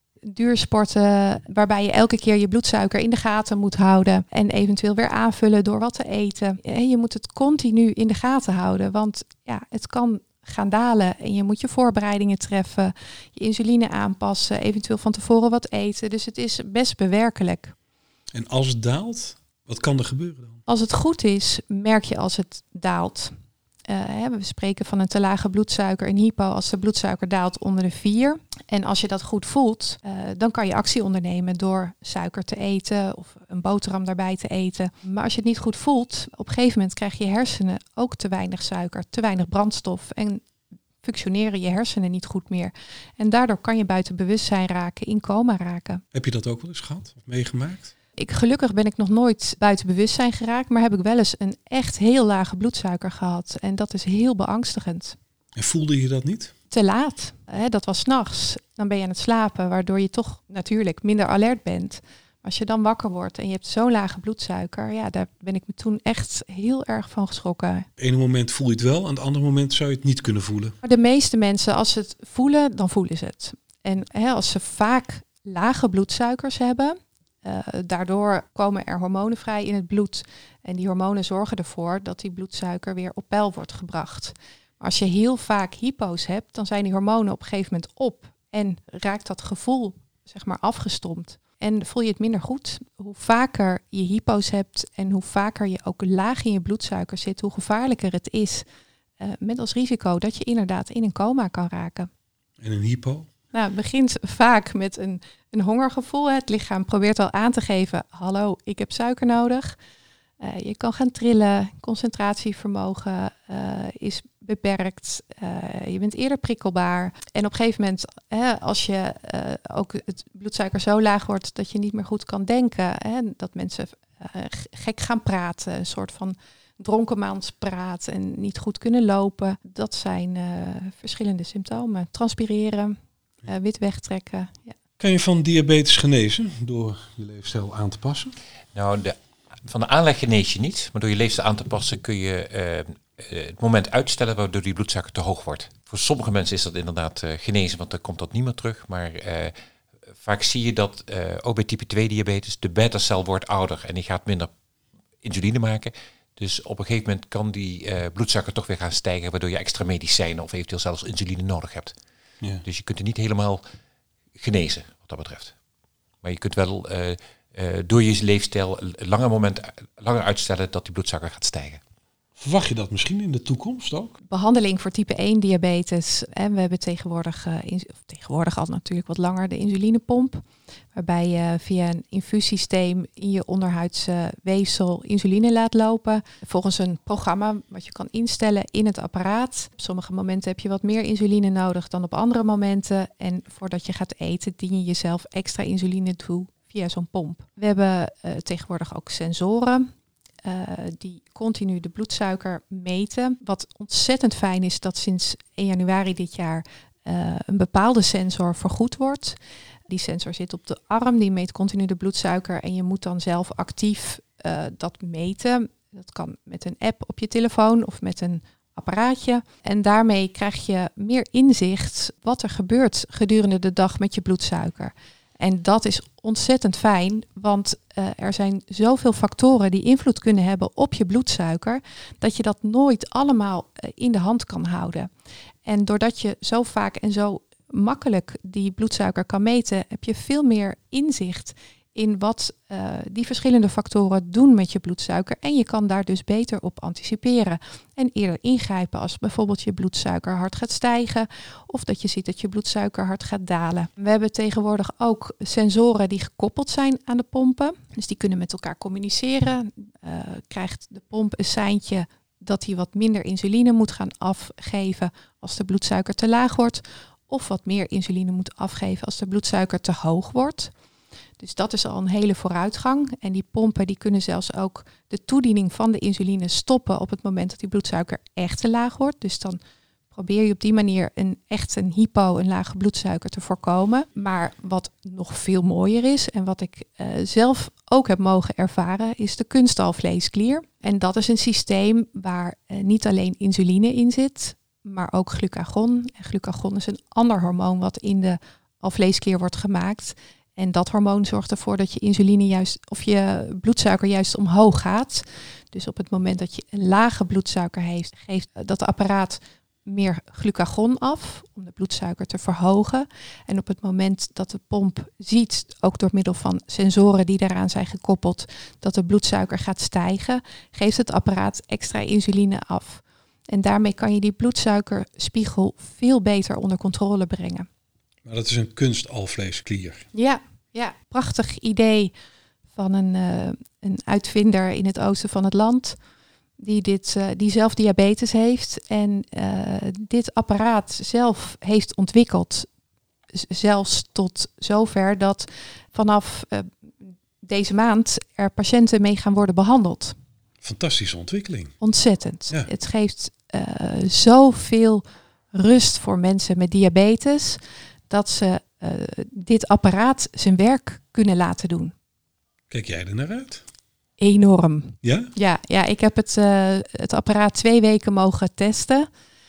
Duursporten waarbij je elke keer je bloedsuiker in de gaten moet houden en eventueel weer aanvullen door wat te eten. Je moet het continu in de gaten houden, want ja, het kan gaan dalen en je moet je voorbereidingen treffen, je insuline aanpassen, eventueel van tevoren wat eten. Dus het is best bewerkelijk. En als het daalt, wat kan er gebeuren dan? Als het goed is, merk je als het daalt. Uh, hè, we spreken van een te lage bloedsuiker, een hypo, als de bloedsuiker daalt onder de vier. En als je dat goed voelt, uh, dan kan je actie ondernemen door suiker te eten of een boterham daarbij te eten. Maar als je het niet goed voelt, op een gegeven moment krijg je hersenen ook te weinig suiker, te weinig brandstof en functioneren je hersenen niet goed meer. En daardoor kan je buiten bewustzijn raken, in coma raken. Heb je dat ook wel eens gehad of meegemaakt? Ik, gelukkig ben ik nog nooit buiten bewustzijn geraakt, maar heb ik wel eens een echt heel lage bloedsuiker gehad. En dat is heel beangstigend. En voelde je dat niet? Te laat. Hè, dat was 's nachts. Dan ben je aan het slapen, waardoor je toch natuurlijk minder alert bent. Maar als je dan wakker wordt en je hebt zo'n lage bloedsuiker, ja, daar ben ik me toen echt heel erg van geschrokken. Op het ene moment voel je het wel, aan het andere moment zou je het niet kunnen voelen. Maar de meeste mensen, als ze het voelen, dan voelen ze het. En hè, als ze vaak lage bloedsuikers hebben, Uh, daardoor komen er hormonen vrij in het bloed. En die hormonen zorgen ervoor dat die bloedsuiker weer op peil wordt gebracht. Maar als je heel vaak hypo's hebt, dan zijn die hormonen op een gegeven moment op. En raakt dat gevoel zeg maar afgestompt. En voel je het minder goed. Hoe vaker je hypo's hebt en hoe vaker je ook laag in je bloedsuiker zit, hoe gevaarlijker het is. Uh, met als risico dat je inderdaad in een coma kan raken. En een hypo? Nou, het begint vaak met een, een hongergevoel. Het lichaam probeert al aan te geven, hallo, ik heb suiker nodig. Uh, je kan gaan trillen, concentratievermogen uh, is beperkt. Uh, je bent eerder prikkelbaar. En op een gegeven moment, hè, als je uh, ook het bloedsuiker zo laag wordt dat je niet meer goed kan denken. Hè, dat mensen uh, gek gaan praten, een soort van dronkenmanspraat en niet goed kunnen lopen. Dat zijn uh, verschillende symptomen. Transpireren. Uh, wit wegtrekken. Ja. Kan je van diabetes genezen door je leefstijl aan te passen? Nou, de, van de aanleg genees je niet. Maar door je leefstijl aan te passen kun je uh, uh, het moment uitstellen waardoor die bloedsuiker te hoog wordt. Voor sommige mensen is dat inderdaad uh, genezen, want dan komt dat niet meer terug. Maar uh, vaak zie je dat uh, ook bij type twee diabetes de beta-cel wordt ouder en die gaat minder insuline maken. Dus op een gegeven moment kan die uh, bloedsuiker toch weer gaan stijgen, waardoor je extra medicijnen of eventueel zelfs insuline nodig hebt. Ja. Dus je kunt het niet helemaal genezen wat dat betreft. Maar je kunt wel uh, uh, door je leefstijl een langer moment langer uitstellen dat die bloedsuiker gaat stijgen. Verwacht je dat misschien in de toekomst ook? Behandeling voor type één diabetes. En we hebben tegenwoordig, uh, in, of tegenwoordig al natuurlijk wat langer, de insulinepomp. Waarbij je via een infuussysteem in je onderhuidse weefsel insuline laat lopen. Volgens een programma wat je kan instellen in het apparaat. Op sommige momenten heb je wat meer insuline nodig dan op andere momenten. En voordat je gaat eten dien je jezelf extra insuline toe via zo'n pomp. We hebben uh, tegenwoordig ook sensoren. Uh, die continu de bloedsuiker meten. Wat ontzettend fijn is dat sinds één januari dit jaar uh, een bepaalde sensor vergoed wordt. Die sensor zit op de arm, die meet continu de bloedsuiker en je moet dan zelf actief uh, dat meten. Dat kan met een app op je telefoon of met een apparaatje. En daarmee krijg je meer inzicht wat er gebeurt gedurende de dag met je bloedsuiker. En dat is ontzettend fijn, want uh, er zijn zoveel factoren die invloed kunnen hebben op je bloedsuiker, dat je dat nooit allemaal uh, in de hand kan houden. En doordat je zo vaak en zo makkelijk die bloedsuiker kan meten, heb je veel meer inzicht in wat uh, die verschillende factoren doen met je bloedsuiker. En je kan daar dus beter op anticiperen en eerder ingrijpen als bijvoorbeeld je bloedsuiker hard gaat stijgen of dat je ziet dat je bloedsuiker hard gaat dalen. We hebben tegenwoordig ook sensoren die gekoppeld zijn aan de pompen. Dus die kunnen met elkaar communiceren. Uh, krijgt de pomp een seintje dat hij wat minder insuline moet gaan afgeven als de bloedsuiker te laag wordt. of wat meer insuline moet afgeven als de bloedsuiker te hoog wordt. Dus dat is al een hele vooruitgang. En die pompen die kunnen zelfs ook de toediening van de insuline stoppen op het moment dat die bloedsuiker echt te laag wordt. Dus dan probeer je op die manier een echt een hypo, een lage bloedsuiker te voorkomen. Maar wat nog veel mooier is en wat ik uh, zelf ook heb mogen ervaren, is de kunstalvleesklier. En dat is een systeem waar uh, niet alleen insuline in zit, maar ook glucagon. En glucagon is een ander hormoon wat in de alvleesklier wordt gemaakt. En dat hormoon zorgt ervoor dat je insuline juist of je bloedsuiker juist omhoog gaat. Dus op het moment dat je een lage bloedsuiker heeft, geeft dat apparaat meer glucagon af om de bloedsuiker te verhogen. En op het moment dat de pomp ziet, ook door middel van sensoren die daaraan zijn gekoppeld, dat de bloedsuiker gaat stijgen, geeft het apparaat extra insuline af. En daarmee kan je die bloedsuikerspiegel veel beter onder controle brengen. Maar dat is een kunstalvleesklier. Ja, ja, prachtig idee van een, uh, een uitvinder in het oosten van het land, die, dit, uh, die zelf diabetes heeft en uh, dit apparaat zelf heeft ontwikkeld. Z- zelfs tot zover dat vanaf uh, deze maand er patiënten mee gaan worden behandeld. Fantastische ontwikkeling. Ontzettend. Ja. Het geeft uh, zoveel rust voor mensen met diabetes dat ze uh, dit apparaat zijn werk kunnen laten doen. Kijk jij er naar uit? Enorm. Ja? Ja, ja ik heb het, uh, het apparaat twee weken mogen testen.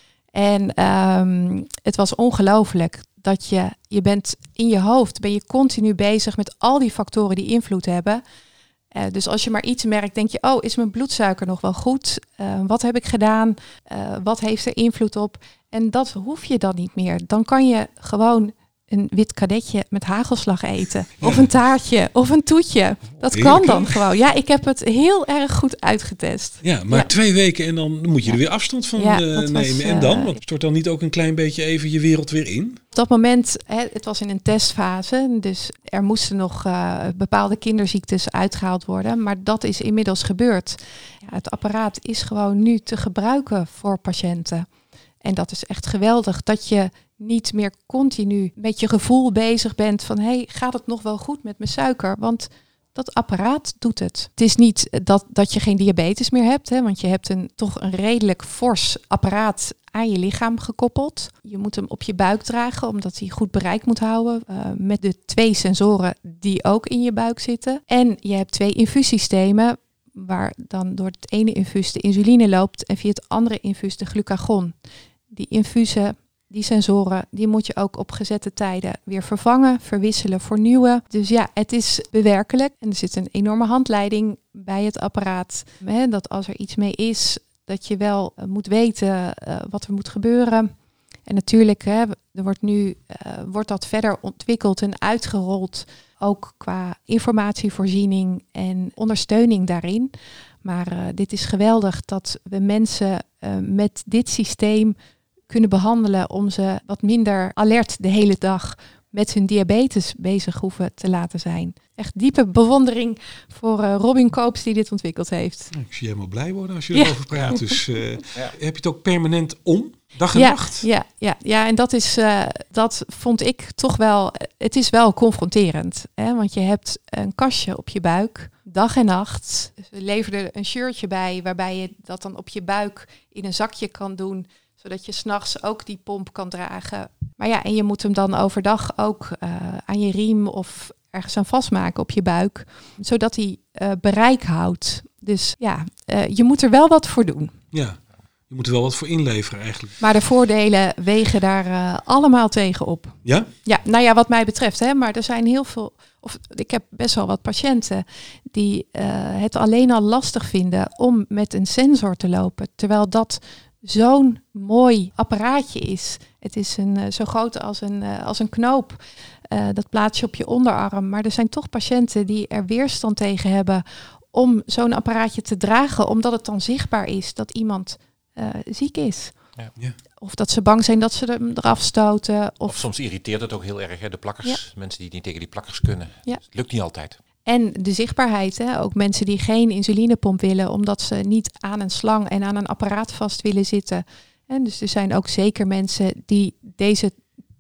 En um, het was ongelooflijk dat je, je bent in je hoofd, ben je continu bezig met al die factoren die invloed hebben. Uh, dus als je maar iets merkt, denk je, oh, is mijn bloedsuiker nog wel goed? Uh, wat heb ik gedaan? Uh, wat heeft er invloed op? En dat hoef je dan niet meer. Dan kan je gewoon een wit kadetje met hagelslag eten. Ja. Of een taartje, of een toetje. Dat Heerlijk. Kan dan gewoon. Ja, ik heb het heel erg goed uitgetest. Ja, maar ja. twee weken en dan moet je er weer afstand van ja, uh, nemen. Was, uh, en dan? Want stort dan niet ook een klein beetje even je wereld weer in? Op dat moment, hè, het was in een testfase. Dus er moesten nog uh, bepaalde kinderziektes uitgehaald worden. Maar dat is inmiddels gebeurd. Ja, het apparaat is gewoon nu te gebruiken voor patiënten. En dat is echt geweldig dat je niet meer continu met je gevoel bezig bent van hé, hey, gaat het nog wel goed met mijn suiker? Want dat apparaat doet het. Het is niet dat, dat je geen diabetes meer hebt, hè, want je hebt een, toch een redelijk fors apparaat aan je lichaam gekoppeld. Je moet hem op je buik dragen, omdat hij goed bereik moet houden uh, met de twee sensoren die ook in je buik zitten. En je hebt twee infuussystemen, waar dan door het ene infuus de insuline loopt en via het andere infuus de glucagon. Die infusen, die sensoren, die moet je ook op gezette tijden weer vervangen, verwisselen, vernieuwen. Dus ja, het is bewerkelijk. En er zit een enorme handleiding bij het apparaat. Hè, dat als er iets mee is, dat je wel uh, moet weten uh, wat er moet gebeuren. En natuurlijk, hè, er wordt nu uh, wordt dat verder ontwikkeld en uitgerold. Ook qua informatievoorziening en ondersteuning daarin. Maar uh, dit is geweldig dat we mensen uh, met dit systeem kunnen behandelen om ze wat minder alert de hele dag met hun diabetes bezig hoeven te laten zijn. Echt diepe bewondering voor uh, Robin Koops die dit ontwikkeld heeft. Ik zie je helemaal blij worden als je ja. erover praat. Dus uh, ja. heb je het ook permanent om? Dag en ja, nacht? Ja, ja, ja, en dat is, uh, dat vond ik toch wel, het is wel confronterend. Hè? Want je hebt een kastje op je buik, dag en nacht. Dus we leverden een shirtje bij waarbij je dat dan op je buik in een zakje kan doen, zodat je 's nachts ook die pomp kan dragen. Maar ja, en je moet hem dan overdag ook uh, aan je riem of ergens aan vastmaken op je buik, zodat hij uh, bereik houdt. Dus ja, uh, je moet er wel wat voor doen. Ja, je moet er wel wat voor inleveren eigenlijk. Maar de voordelen wegen daar uh, allemaal tegen op. Ja? Ja, nou ja, wat mij betreft. Hè, maar er zijn heel veel, of ik heb best wel wat patiënten die uh, het alleen al lastig vinden om met een sensor te lopen. Terwijl dat zo'n mooi apparaatje is. Het is een, uh, zo groot als een, uh, als een knoop. Uh, dat plaats je op je onderarm. Maar er zijn toch patiënten die er weerstand tegen hebben om zo'n apparaatje te dragen, omdat het dan zichtbaar is dat iemand uh, ziek is. Ja. Ja. Of dat ze bang zijn dat ze hem eraf stoten. Of, of soms irriteert het ook heel erg, hè, de plakkers. Ja. Mensen die niet tegen die plakkers kunnen. Ja. Dus het lukt niet altijd. En de zichtbaarheid, hè? Ook mensen die geen insulinepomp willen, omdat ze niet aan een slang en aan een apparaat vast willen zitten. En dus er zijn ook zeker mensen die deze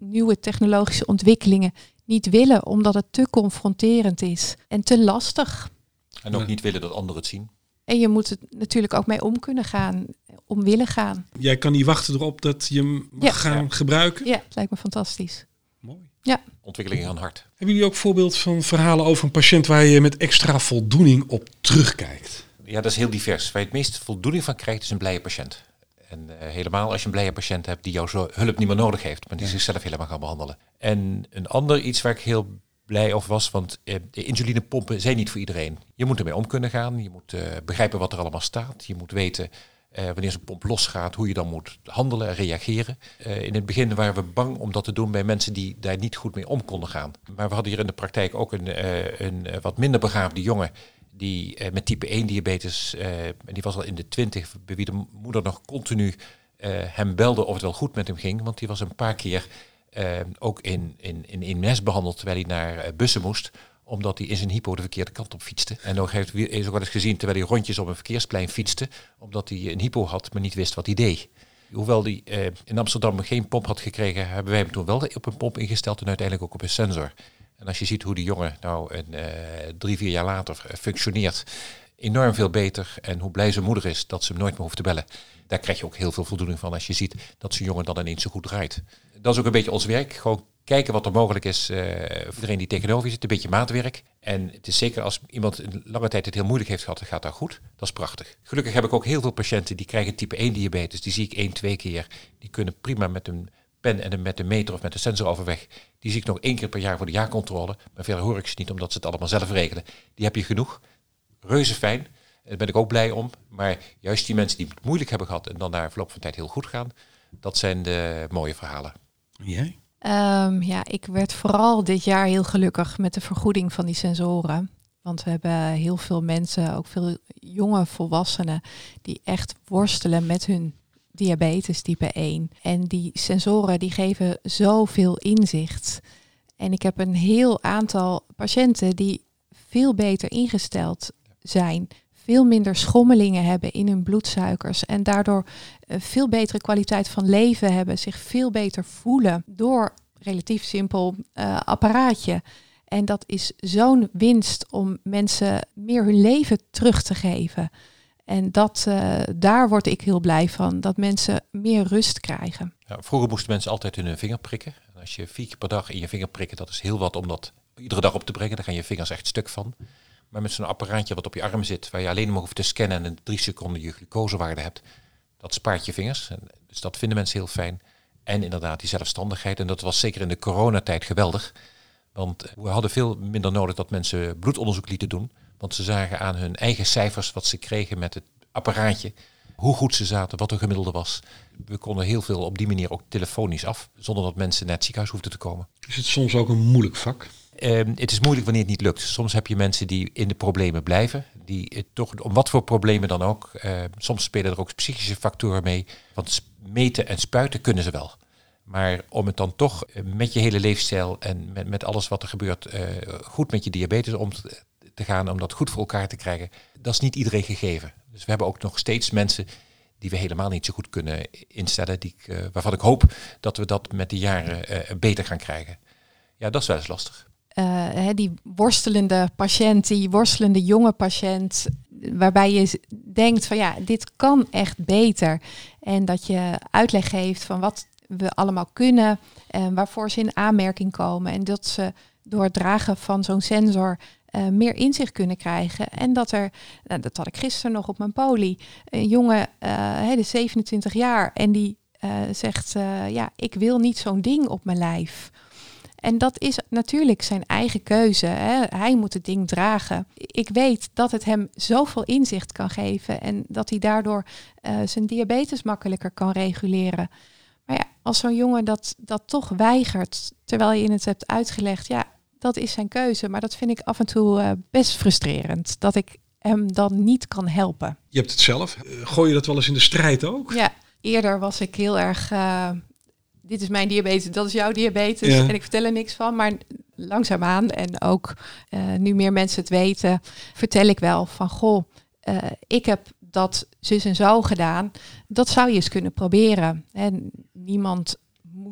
nieuwe technologische ontwikkelingen niet willen, omdat het te confronterend is en te lastig. En ook niet willen dat anderen het zien. En je moet het natuurlijk ook mee om kunnen gaan, om willen gaan. Jij kan niet wachten erop dat je hem mag Ja. gaan Ja. gebruiken? Ja, het lijkt me fantastisch. Mooi. Ja. Ontwikkelingen gaan hard. Hebben jullie ook voorbeeld van verhalen over een patiënt waar je met extra voldoening op terugkijkt? Ja, dat is heel divers. Waar je het meest voldoening van krijgt is een blije patiënt. En uh, helemaal als je een blije patiënt hebt die jouw zo hulp niet meer nodig heeft, maar die zichzelf helemaal gaat behandelen. En een ander iets waar ik heel blij over was, want uh, de insulinepompen zijn niet voor iedereen. Je moet ermee om kunnen gaan, je moet uh, begrijpen wat er allemaal staat. Je moet weten uh, wanneer zo'n pomp losgaat, hoe je dan moet handelen en reageren. Uh, in het begin waren we bang om dat te doen bij mensen die daar niet goed mee om konden gaan. Maar we hadden hier in de praktijk ook een, uh, een uh, wat minder begaafde jongen die uh, met type één diabetes, uh, en die was al in de twintig, bij wie de moeder nog continu uh, hem belde of het wel goed met hem ging. Want die was een paar keer uh, ook in, in, in, in mes behandeld terwijl hij naar uh, bussen moest, omdat hij in zijn hypo de verkeerde kant op fietste. En nog heeft hij ook wel eens gezien terwijl hij rondjes op een verkeersplein fietste, omdat hij een hypo had, maar niet wist wat hij deed. Hoewel hij uh, in Amsterdam geen pomp had gekregen, hebben wij hem toen wel op een pomp ingesteld en uiteindelijk ook op een sensor. En als je ziet hoe die jongen nou een, uh, drie, vier jaar later uh, functioneert, enorm veel beter. En hoe blij zijn moeder is dat ze hem nooit meer hoeft te bellen. Daar krijg je ook heel veel voldoening van als je ziet dat zo'n jongen dan ineens zo goed draait. Dat is ook een beetje ons werk. Gewoon kijken wat er mogelijk is uh, voor iedereen die tegenover je zit. Een beetje maatwerk. En het is zeker als iemand een lange tijd het heel moeilijk heeft gehad, dan gaat dat goed. Dat is prachtig. Gelukkig heb ik ook heel veel patiënten die krijgen type één diabetes. Die zie ik één, twee keer. Die kunnen prima met een pen en met de meter of met de sensor overweg. Die zie ik nog één keer per jaar voor de jaarcontrole. Maar verder hoor ik ze niet, omdat ze het allemaal zelf regelen. Die heb je genoeg. Reuze fijn. Daar ben ik ook blij om. Maar juist die mensen die het moeilijk hebben gehad en dan na verloop van tijd heel goed gaan, dat zijn de mooie verhalen. Jij? Um, ja, ik werd vooral dit jaar heel gelukkig met de vergoeding van die sensoren. Want we hebben heel veel mensen, ook veel jonge volwassenen, die echt worstelen met hun diabetes type één. En die sensoren die geven zoveel inzicht. En ik heb een heel aantal patiënten die veel beter ingesteld zijn, veel minder schommelingen hebben in hun bloedsuikers en daardoor een veel betere kwaliteit van leven hebben, zich veel beter voelen door relatief simpel uh, apparaatje. En dat is zo'n winst om mensen meer hun leven terug te geven. En dat, uh, daar word ik heel blij van, dat mensen meer rust krijgen. Ja, vroeger moesten mensen altijd hun vinger prikken. En als je vier keer per dag in je vinger prikken, dat is heel wat om dat iedere dag op te brengen. Daar gaan je vingers echt stuk van. Maar met zo'n apparaatje wat op je arm zit, waar je alleen maar hoeft te scannen en in drie seconden je glucosewaarde hebt, dat spaart je vingers. En dus dat vinden mensen heel fijn. En inderdaad die zelfstandigheid. En dat was zeker in de coronatijd geweldig. Want we hadden veel minder nodig dat mensen bloedonderzoek lieten doen. Want ze zagen aan hun eigen cijfers wat ze kregen met het apparaatje, hoe goed ze zaten, wat de gemiddelde was. We konden heel veel op die manier ook telefonisch af, zonder dat mensen naar het ziekenhuis hoefden te komen. Is het soms ook een moeilijk vak? Uh, het is moeilijk wanneer het niet lukt. Soms heb je mensen die in de problemen blijven, die het toch, om wat voor problemen dan ook. Uh, soms spelen er ook psychische factoren mee. Want meten en spuiten kunnen ze wel. Maar om het dan toch met je hele leefstijl en met, met alles wat er gebeurt, uh, goed met je diabetes om te, te gaan, om dat goed voor elkaar te krijgen, dat is niet iedereen gegeven. Dus we hebben ook nog steeds mensen die we helemaal niet zo goed kunnen instellen, die, uh, waarvan ik hoop dat we dat met de jaren uh, beter gaan krijgen. Ja, dat is wel eens lastig. Uh, hè, die worstelende patiënt, die worstelende jonge patiënt, waarbij je denkt van ja, dit kan echt beter. En dat je uitleg geeft van wat we allemaal kunnen en waarvoor ze in aanmerking komen. En dat ze door het dragen van zo'n sensor uh, meer inzicht kunnen krijgen. En dat er, nou, dat had ik gisteren nog op mijn poli, een jongen, uh, de zevenentwintig jaar, en die uh, zegt, uh, ja, ik wil niet zo'n ding op mijn lijf. En dat is natuurlijk zijn eigen keuze. Hè. Hij moet het ding dragen. Ik weet dat het hem zoveel inzicht kan geven en dat hij daardoor uh, zijn diabetes makkelijker kan reguleren. Maar ja, als zo'n jongen dat, dat toch weigert, terwijl je in het hebt uitgelegd, ja, dat is zijn keuze. Maar dat vind ik af en toe uh, best frustrerend, dat ik hem dan niet kan helpen. Je hebt het zelf. Gooi je dat wel eens in de strijd ook? Ja, eerder was ik heel erg, uh, dit is mijn diabetes, dat is jouw diabetes. Ja. En ik vertel er niks van, maar langzaamaan en ook uh, nu meer mensen het weten, vertel ik wel van, goh, uh, ik heb dat zus en zo gedaan. Dat zou je eens kunnen proberen. En niemand moet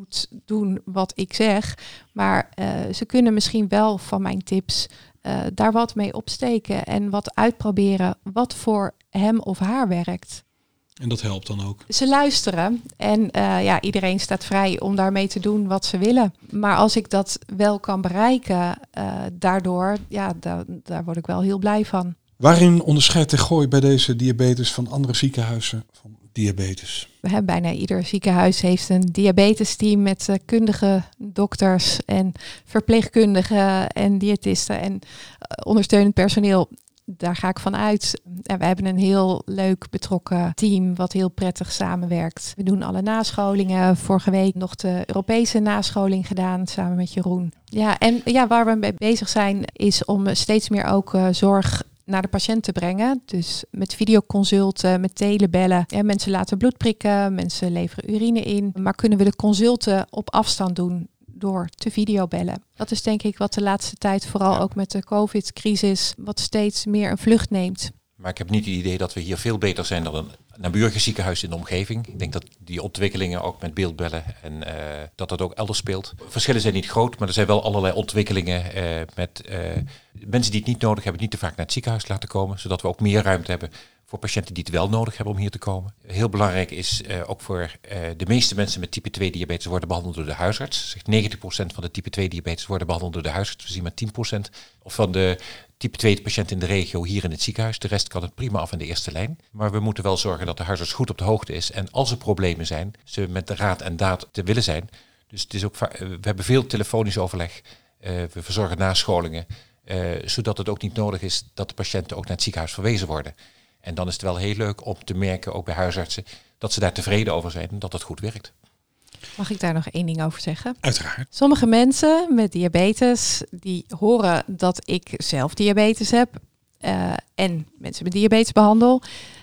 moet doen wat ik zeg. Maar uh, ze kunnen misschien wel van mijn tips uh, daar wat mee opsteken en wat uitproberen wat voor hem of haar werkt. En dat helpt dan ook? Ze luisteren en uh, ja, iedereen staat vrij om daarmee te doen wat ze willen. Maar als ik dat wel kan bereiken, uh, daardoor, ja, da- daar word ik wel heel blij van. Waarin onderscheidt de Gooi bij deze diabetes van andere ziekenhuizen van diabetes? We hebben bijna ieder ziekenhuis heeft een diabetesteam met uh, kundige dokters en verpleegkundigen en diëtisten en uh, ondersteunend personeel. Daar ga ik van uit. En we hebben een heel leuk betrokken team wat heel prettig samenwerkt. We doen alle nascholingen. Vorige week nog de Europese nascholing gedaan samen met Jeroen. Ja, en ja, waar we mee bezig zijn is om steeds meer ook uh, zorg naar de patiënt te brengen. Dus met videoconsulten, met telebellen. Ja, mensen laten bloed prikken, mensen leveren urine in. Maar kunnen we de consulten op afstand doen door te videobellen? Dat is denk ik wat de laatste tijd, vooral ja. ook met de COVID-crisis, wat steeds meer een vlucht neemt. Maar ik heb niet het idee dat we hier veel beter zijn dan een naburige ziekenhuis in de omgeving. Ik denk dat die ontwikkelingen ook met beeldbellen en uh, dat dat ook elders speelt. Verschillen zijn niet groot, maar er zijn wel allerlei ontwikkelingen uh, met uh, mensen die het niet nodig hebben, niet te vaak naar het ziekenhuis laten komen, zodat we ook meer ruimte hebben voor patiënten die het wel nodig hebben om hier te komen. Heel belangrijk is uh, ook voor uh, de meeste mensen met type twee diabetes worden behandeld door de huisarts. Zegt negentig procent van de type twee diabetes worden behandeld door de huisarts. We zien maar tien procent of van de type twee patiënten in de regio hier in het ziekenhuis. De rest kan het prima af in de eerste lijn. Maar we moeten wel zorgen dat de huisarts goed op de hoogte is. En als er problemen zijn, ze met de raad en daad te willen zijn. Dus het is ook va- we hebben veel telefonisch overleg. Uh, we verzorgen nascholingen. Uh, zodat het ook niet nodig is dat de patiënten ook naar het ziekenhuis verwezen worden. En dan is het wel heel leuk om te merken, ook bij huisartsen, dat ze daar tevreden over zijn en dat het goed werkt. Mag ik daar nog één ding over zeggen? Uiteraard. Sommige mensen met diabetes, die horen dat ik zelf diabetes heb uh, en mensen met diabetes behandel.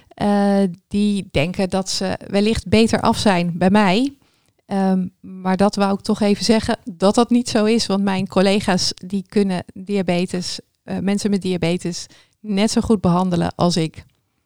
Uh, die denken dat ze wellicht beter af zijn bij mij. Um, maar dat wou ik toch even zeggen dat dat niet zo is. Want mijn collega's die kunnen diabetes, uh, mensen met diabetes net zo goed behandelen als ik.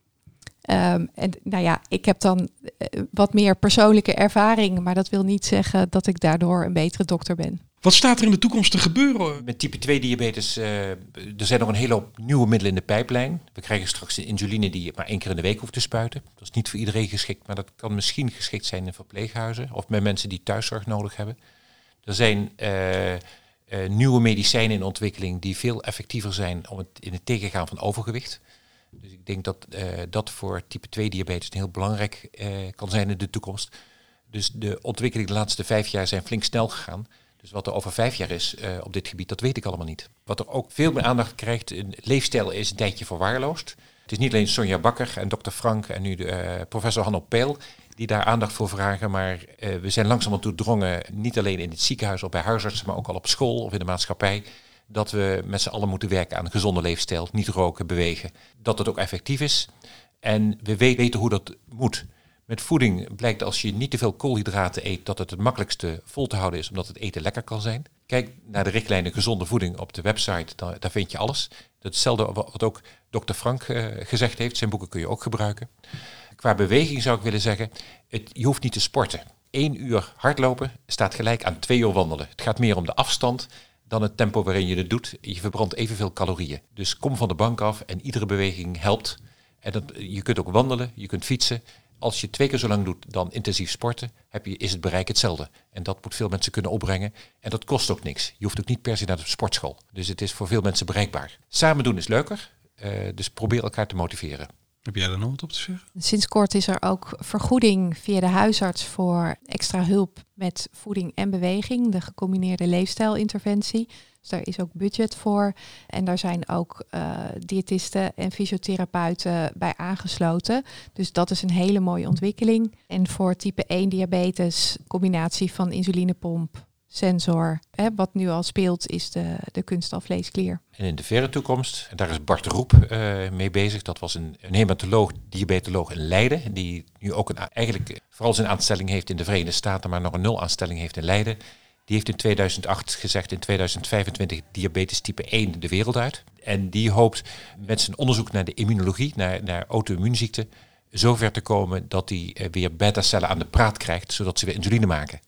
Um, en nou ja, ik heb dan uh, wat meer persoonlijke ervaring, maar dat wil niet zeggen dat ik daardoor een betere dokter ben. Wat staat er in de toekomst te gebeuren? Met type twee diabetes, uh, er zijn nog een hele hoop nieuwe middelen in de pijplijn. We krijgen straks de insuline die je maar één keer in de week hoeft te spuiten. Dat is niet voor iedereen geschikt, maar dat kan misschien geschikt zijn in verpleeghuizen of met mensen die thuiszorg nodig hebben. Er zijn uh, uh, nieuwe medicijnen in ontwikkeling die veel effectiever zijn om het in het tegengaan van overgewicht. Dus ik denk dat uh, dat voor type twee diabetes heel belangrijk uh, kan zijn in de toekomst. Dus de ontwikkelingen de laatste vijf jaar zijn flink snel gegaan. Dus wat er over vijf jaar is uh, op dit gebied, dat weet ik allemaal niet. Wat er ook veel meer aandacht krijgt, een leefstijl is een tijdje verwaarloosd. Het is niet alleen Sonja Bakker en dokter Frank en nu de, uh, professor Hanno Peil die daar aandacht voor vragen. Maar uh, we zijn langzamerhand doordrongen, niet alleen in het ziekenhuis of bij huisartsen, maar ook al op school of in de maatschappij, dat we met z'n allen moeten werken aan een gezonde leefstijl, niet roken, bewegen. Dat het ook effectief is. En we weten hoe dat moet. Met voeding blijkt als je niet te veel koolhydraten eet, dat het het makkelijkste vol te houden is, omdat het eten lekker kan zijn. Kijk naar de richtlijnen gezonde voeding op de website, daar, daar vind je alles. Dat is hetzelfde wat ook dokter Frank uh, gezegd heeft. Zijn boeken kun je ook gebruiken. Qua beweging zou ik willen zeggen, het, je hoeft niet te sporten. Eén uur hardlopen staat gelijk aan twee uur wandelen. Het gaat meer om de afstand dan het tempo waarin je het doet. Je verbrandt evenveel calorieën. Dus kom van de bank af en iedere beweging helpt. En dat, je kunt ook wandelen, je kunt fietsen. Als je twee keer zo lang doet dan intensief sporten, heb je, is het bereik hetzelfde. En dat moet veel mensen kunnen opbrengen. En dat kost ook niks. Je hoeft ook niet per se naar de sportschool. Dus het is voor veel mensen bereikbaar. Samen doen is leuker. Uh, dus probeer elkaar te motiveren. Heb jij daar nog wat op te zeggen? Sinds kort is er ook vergoeding via de huisarts voor extra hulp met voeding en beweging. De gecombineerde leefstijlinterventie. Dus daar is ook budget voor. En daar zijn ook uh, diëtisten en fysiotherapeuten bij aangesloten. Dus dat is een hele mooie ontwikkeling. En voor type één diabetes, combinatie van insulinepomp, sensor. Hè, wat nu al speelt is de, de kunststofvleesklier. En in de verre toekomst, en daar is Bart Roep uh, mee bezig. Dat was een, een hematoloog, diabetoloog in Leiden. Die nu ook een, eigenlijk vooral zijn aanstelling heeft in de Verenigde Staten, maar nog een nul aanstelling heeft in Leiden. Die heeft in tweeduizend acht gezegd, in tweeduizend vijfentwintig diabetes type één de wereld uit. En die hoopt met zijn onderzoek naar de immunologie, naar, naar auto-immuunziekten, zover te komen dat hij uh, weer beta-cellen aan de praat krijgt, zodat ze weer insuline maken.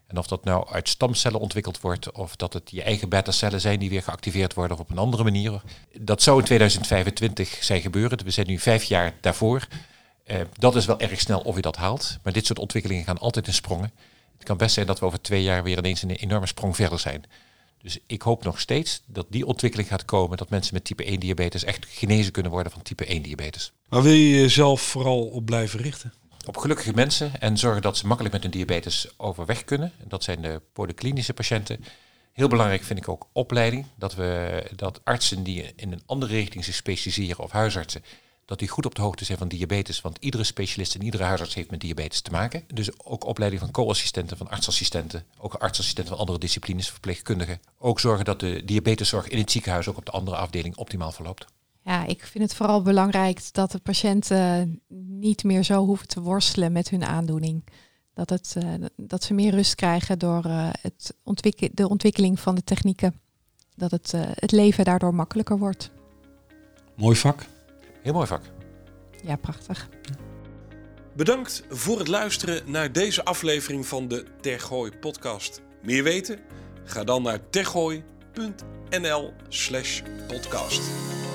En of dat nou uit stamcellen ontwikkeld wordt of dat het je eigen beta-cellen zijn die weer geactiveerd worden of op een andere manier. Dat zou in tweeduizend vijfentwintig zijn gebeuren. We zijn nu vijf jaar daarvoor. Uh, dat is wel erg snel of je dat haalt. Maar dit soort ontwikkelingen gaan altijd in sprongen. Het kan best zijn dat we over twee jaar weer ineens een enorme sprong verder zijn. Dus ik hoop nog steeds dat die ontwikkeling gaat komen, dat mensen met type één diabetes echt genezen kunnen worden van type één diabetes. Waar wil je jezelf vooral op blijven richten? Op gelukkige mensen en zorgen dat ze makkelijk met hun diabetes overweg kunnen. En dat zijn de polyklinische patiënten. Heel belangrijk vind ik ook opleiding. Dat, we, dat artsen die in een andere richting zich specialiseren of huisartsen, dat die goed op de hoogte zijn van diabetes. Want iedere specialist en iedere huisarts heeft met diabetes te maken. Dus ook opleiding van co-assistenten, van artsassistenten. Ook artsassistenten van andere disciplines, verpleegkundigen. Ook zorgen dat de diabeteszorg in het ziekenhuis ook op de andere afdeling optimaal verloopt. Ja, ik vind het vooral belangrijk dat de patiënten niet meer zo hoeven te worstelen met hun aandoening. Dat, het, uh, dat ze meer rust krijgen door uh, het ontwik- de ontwikkeling van de technieken. Dat het, uh, het leven daardoor makkelijker wordt. Mooi vak. Heel mooi vak. Ja, prachtig. Bedankt voor het luisteren naar deze aflevering van de Tergooi podcast. Meer weten? Ga dan naar tergooi punt n l slash podcast.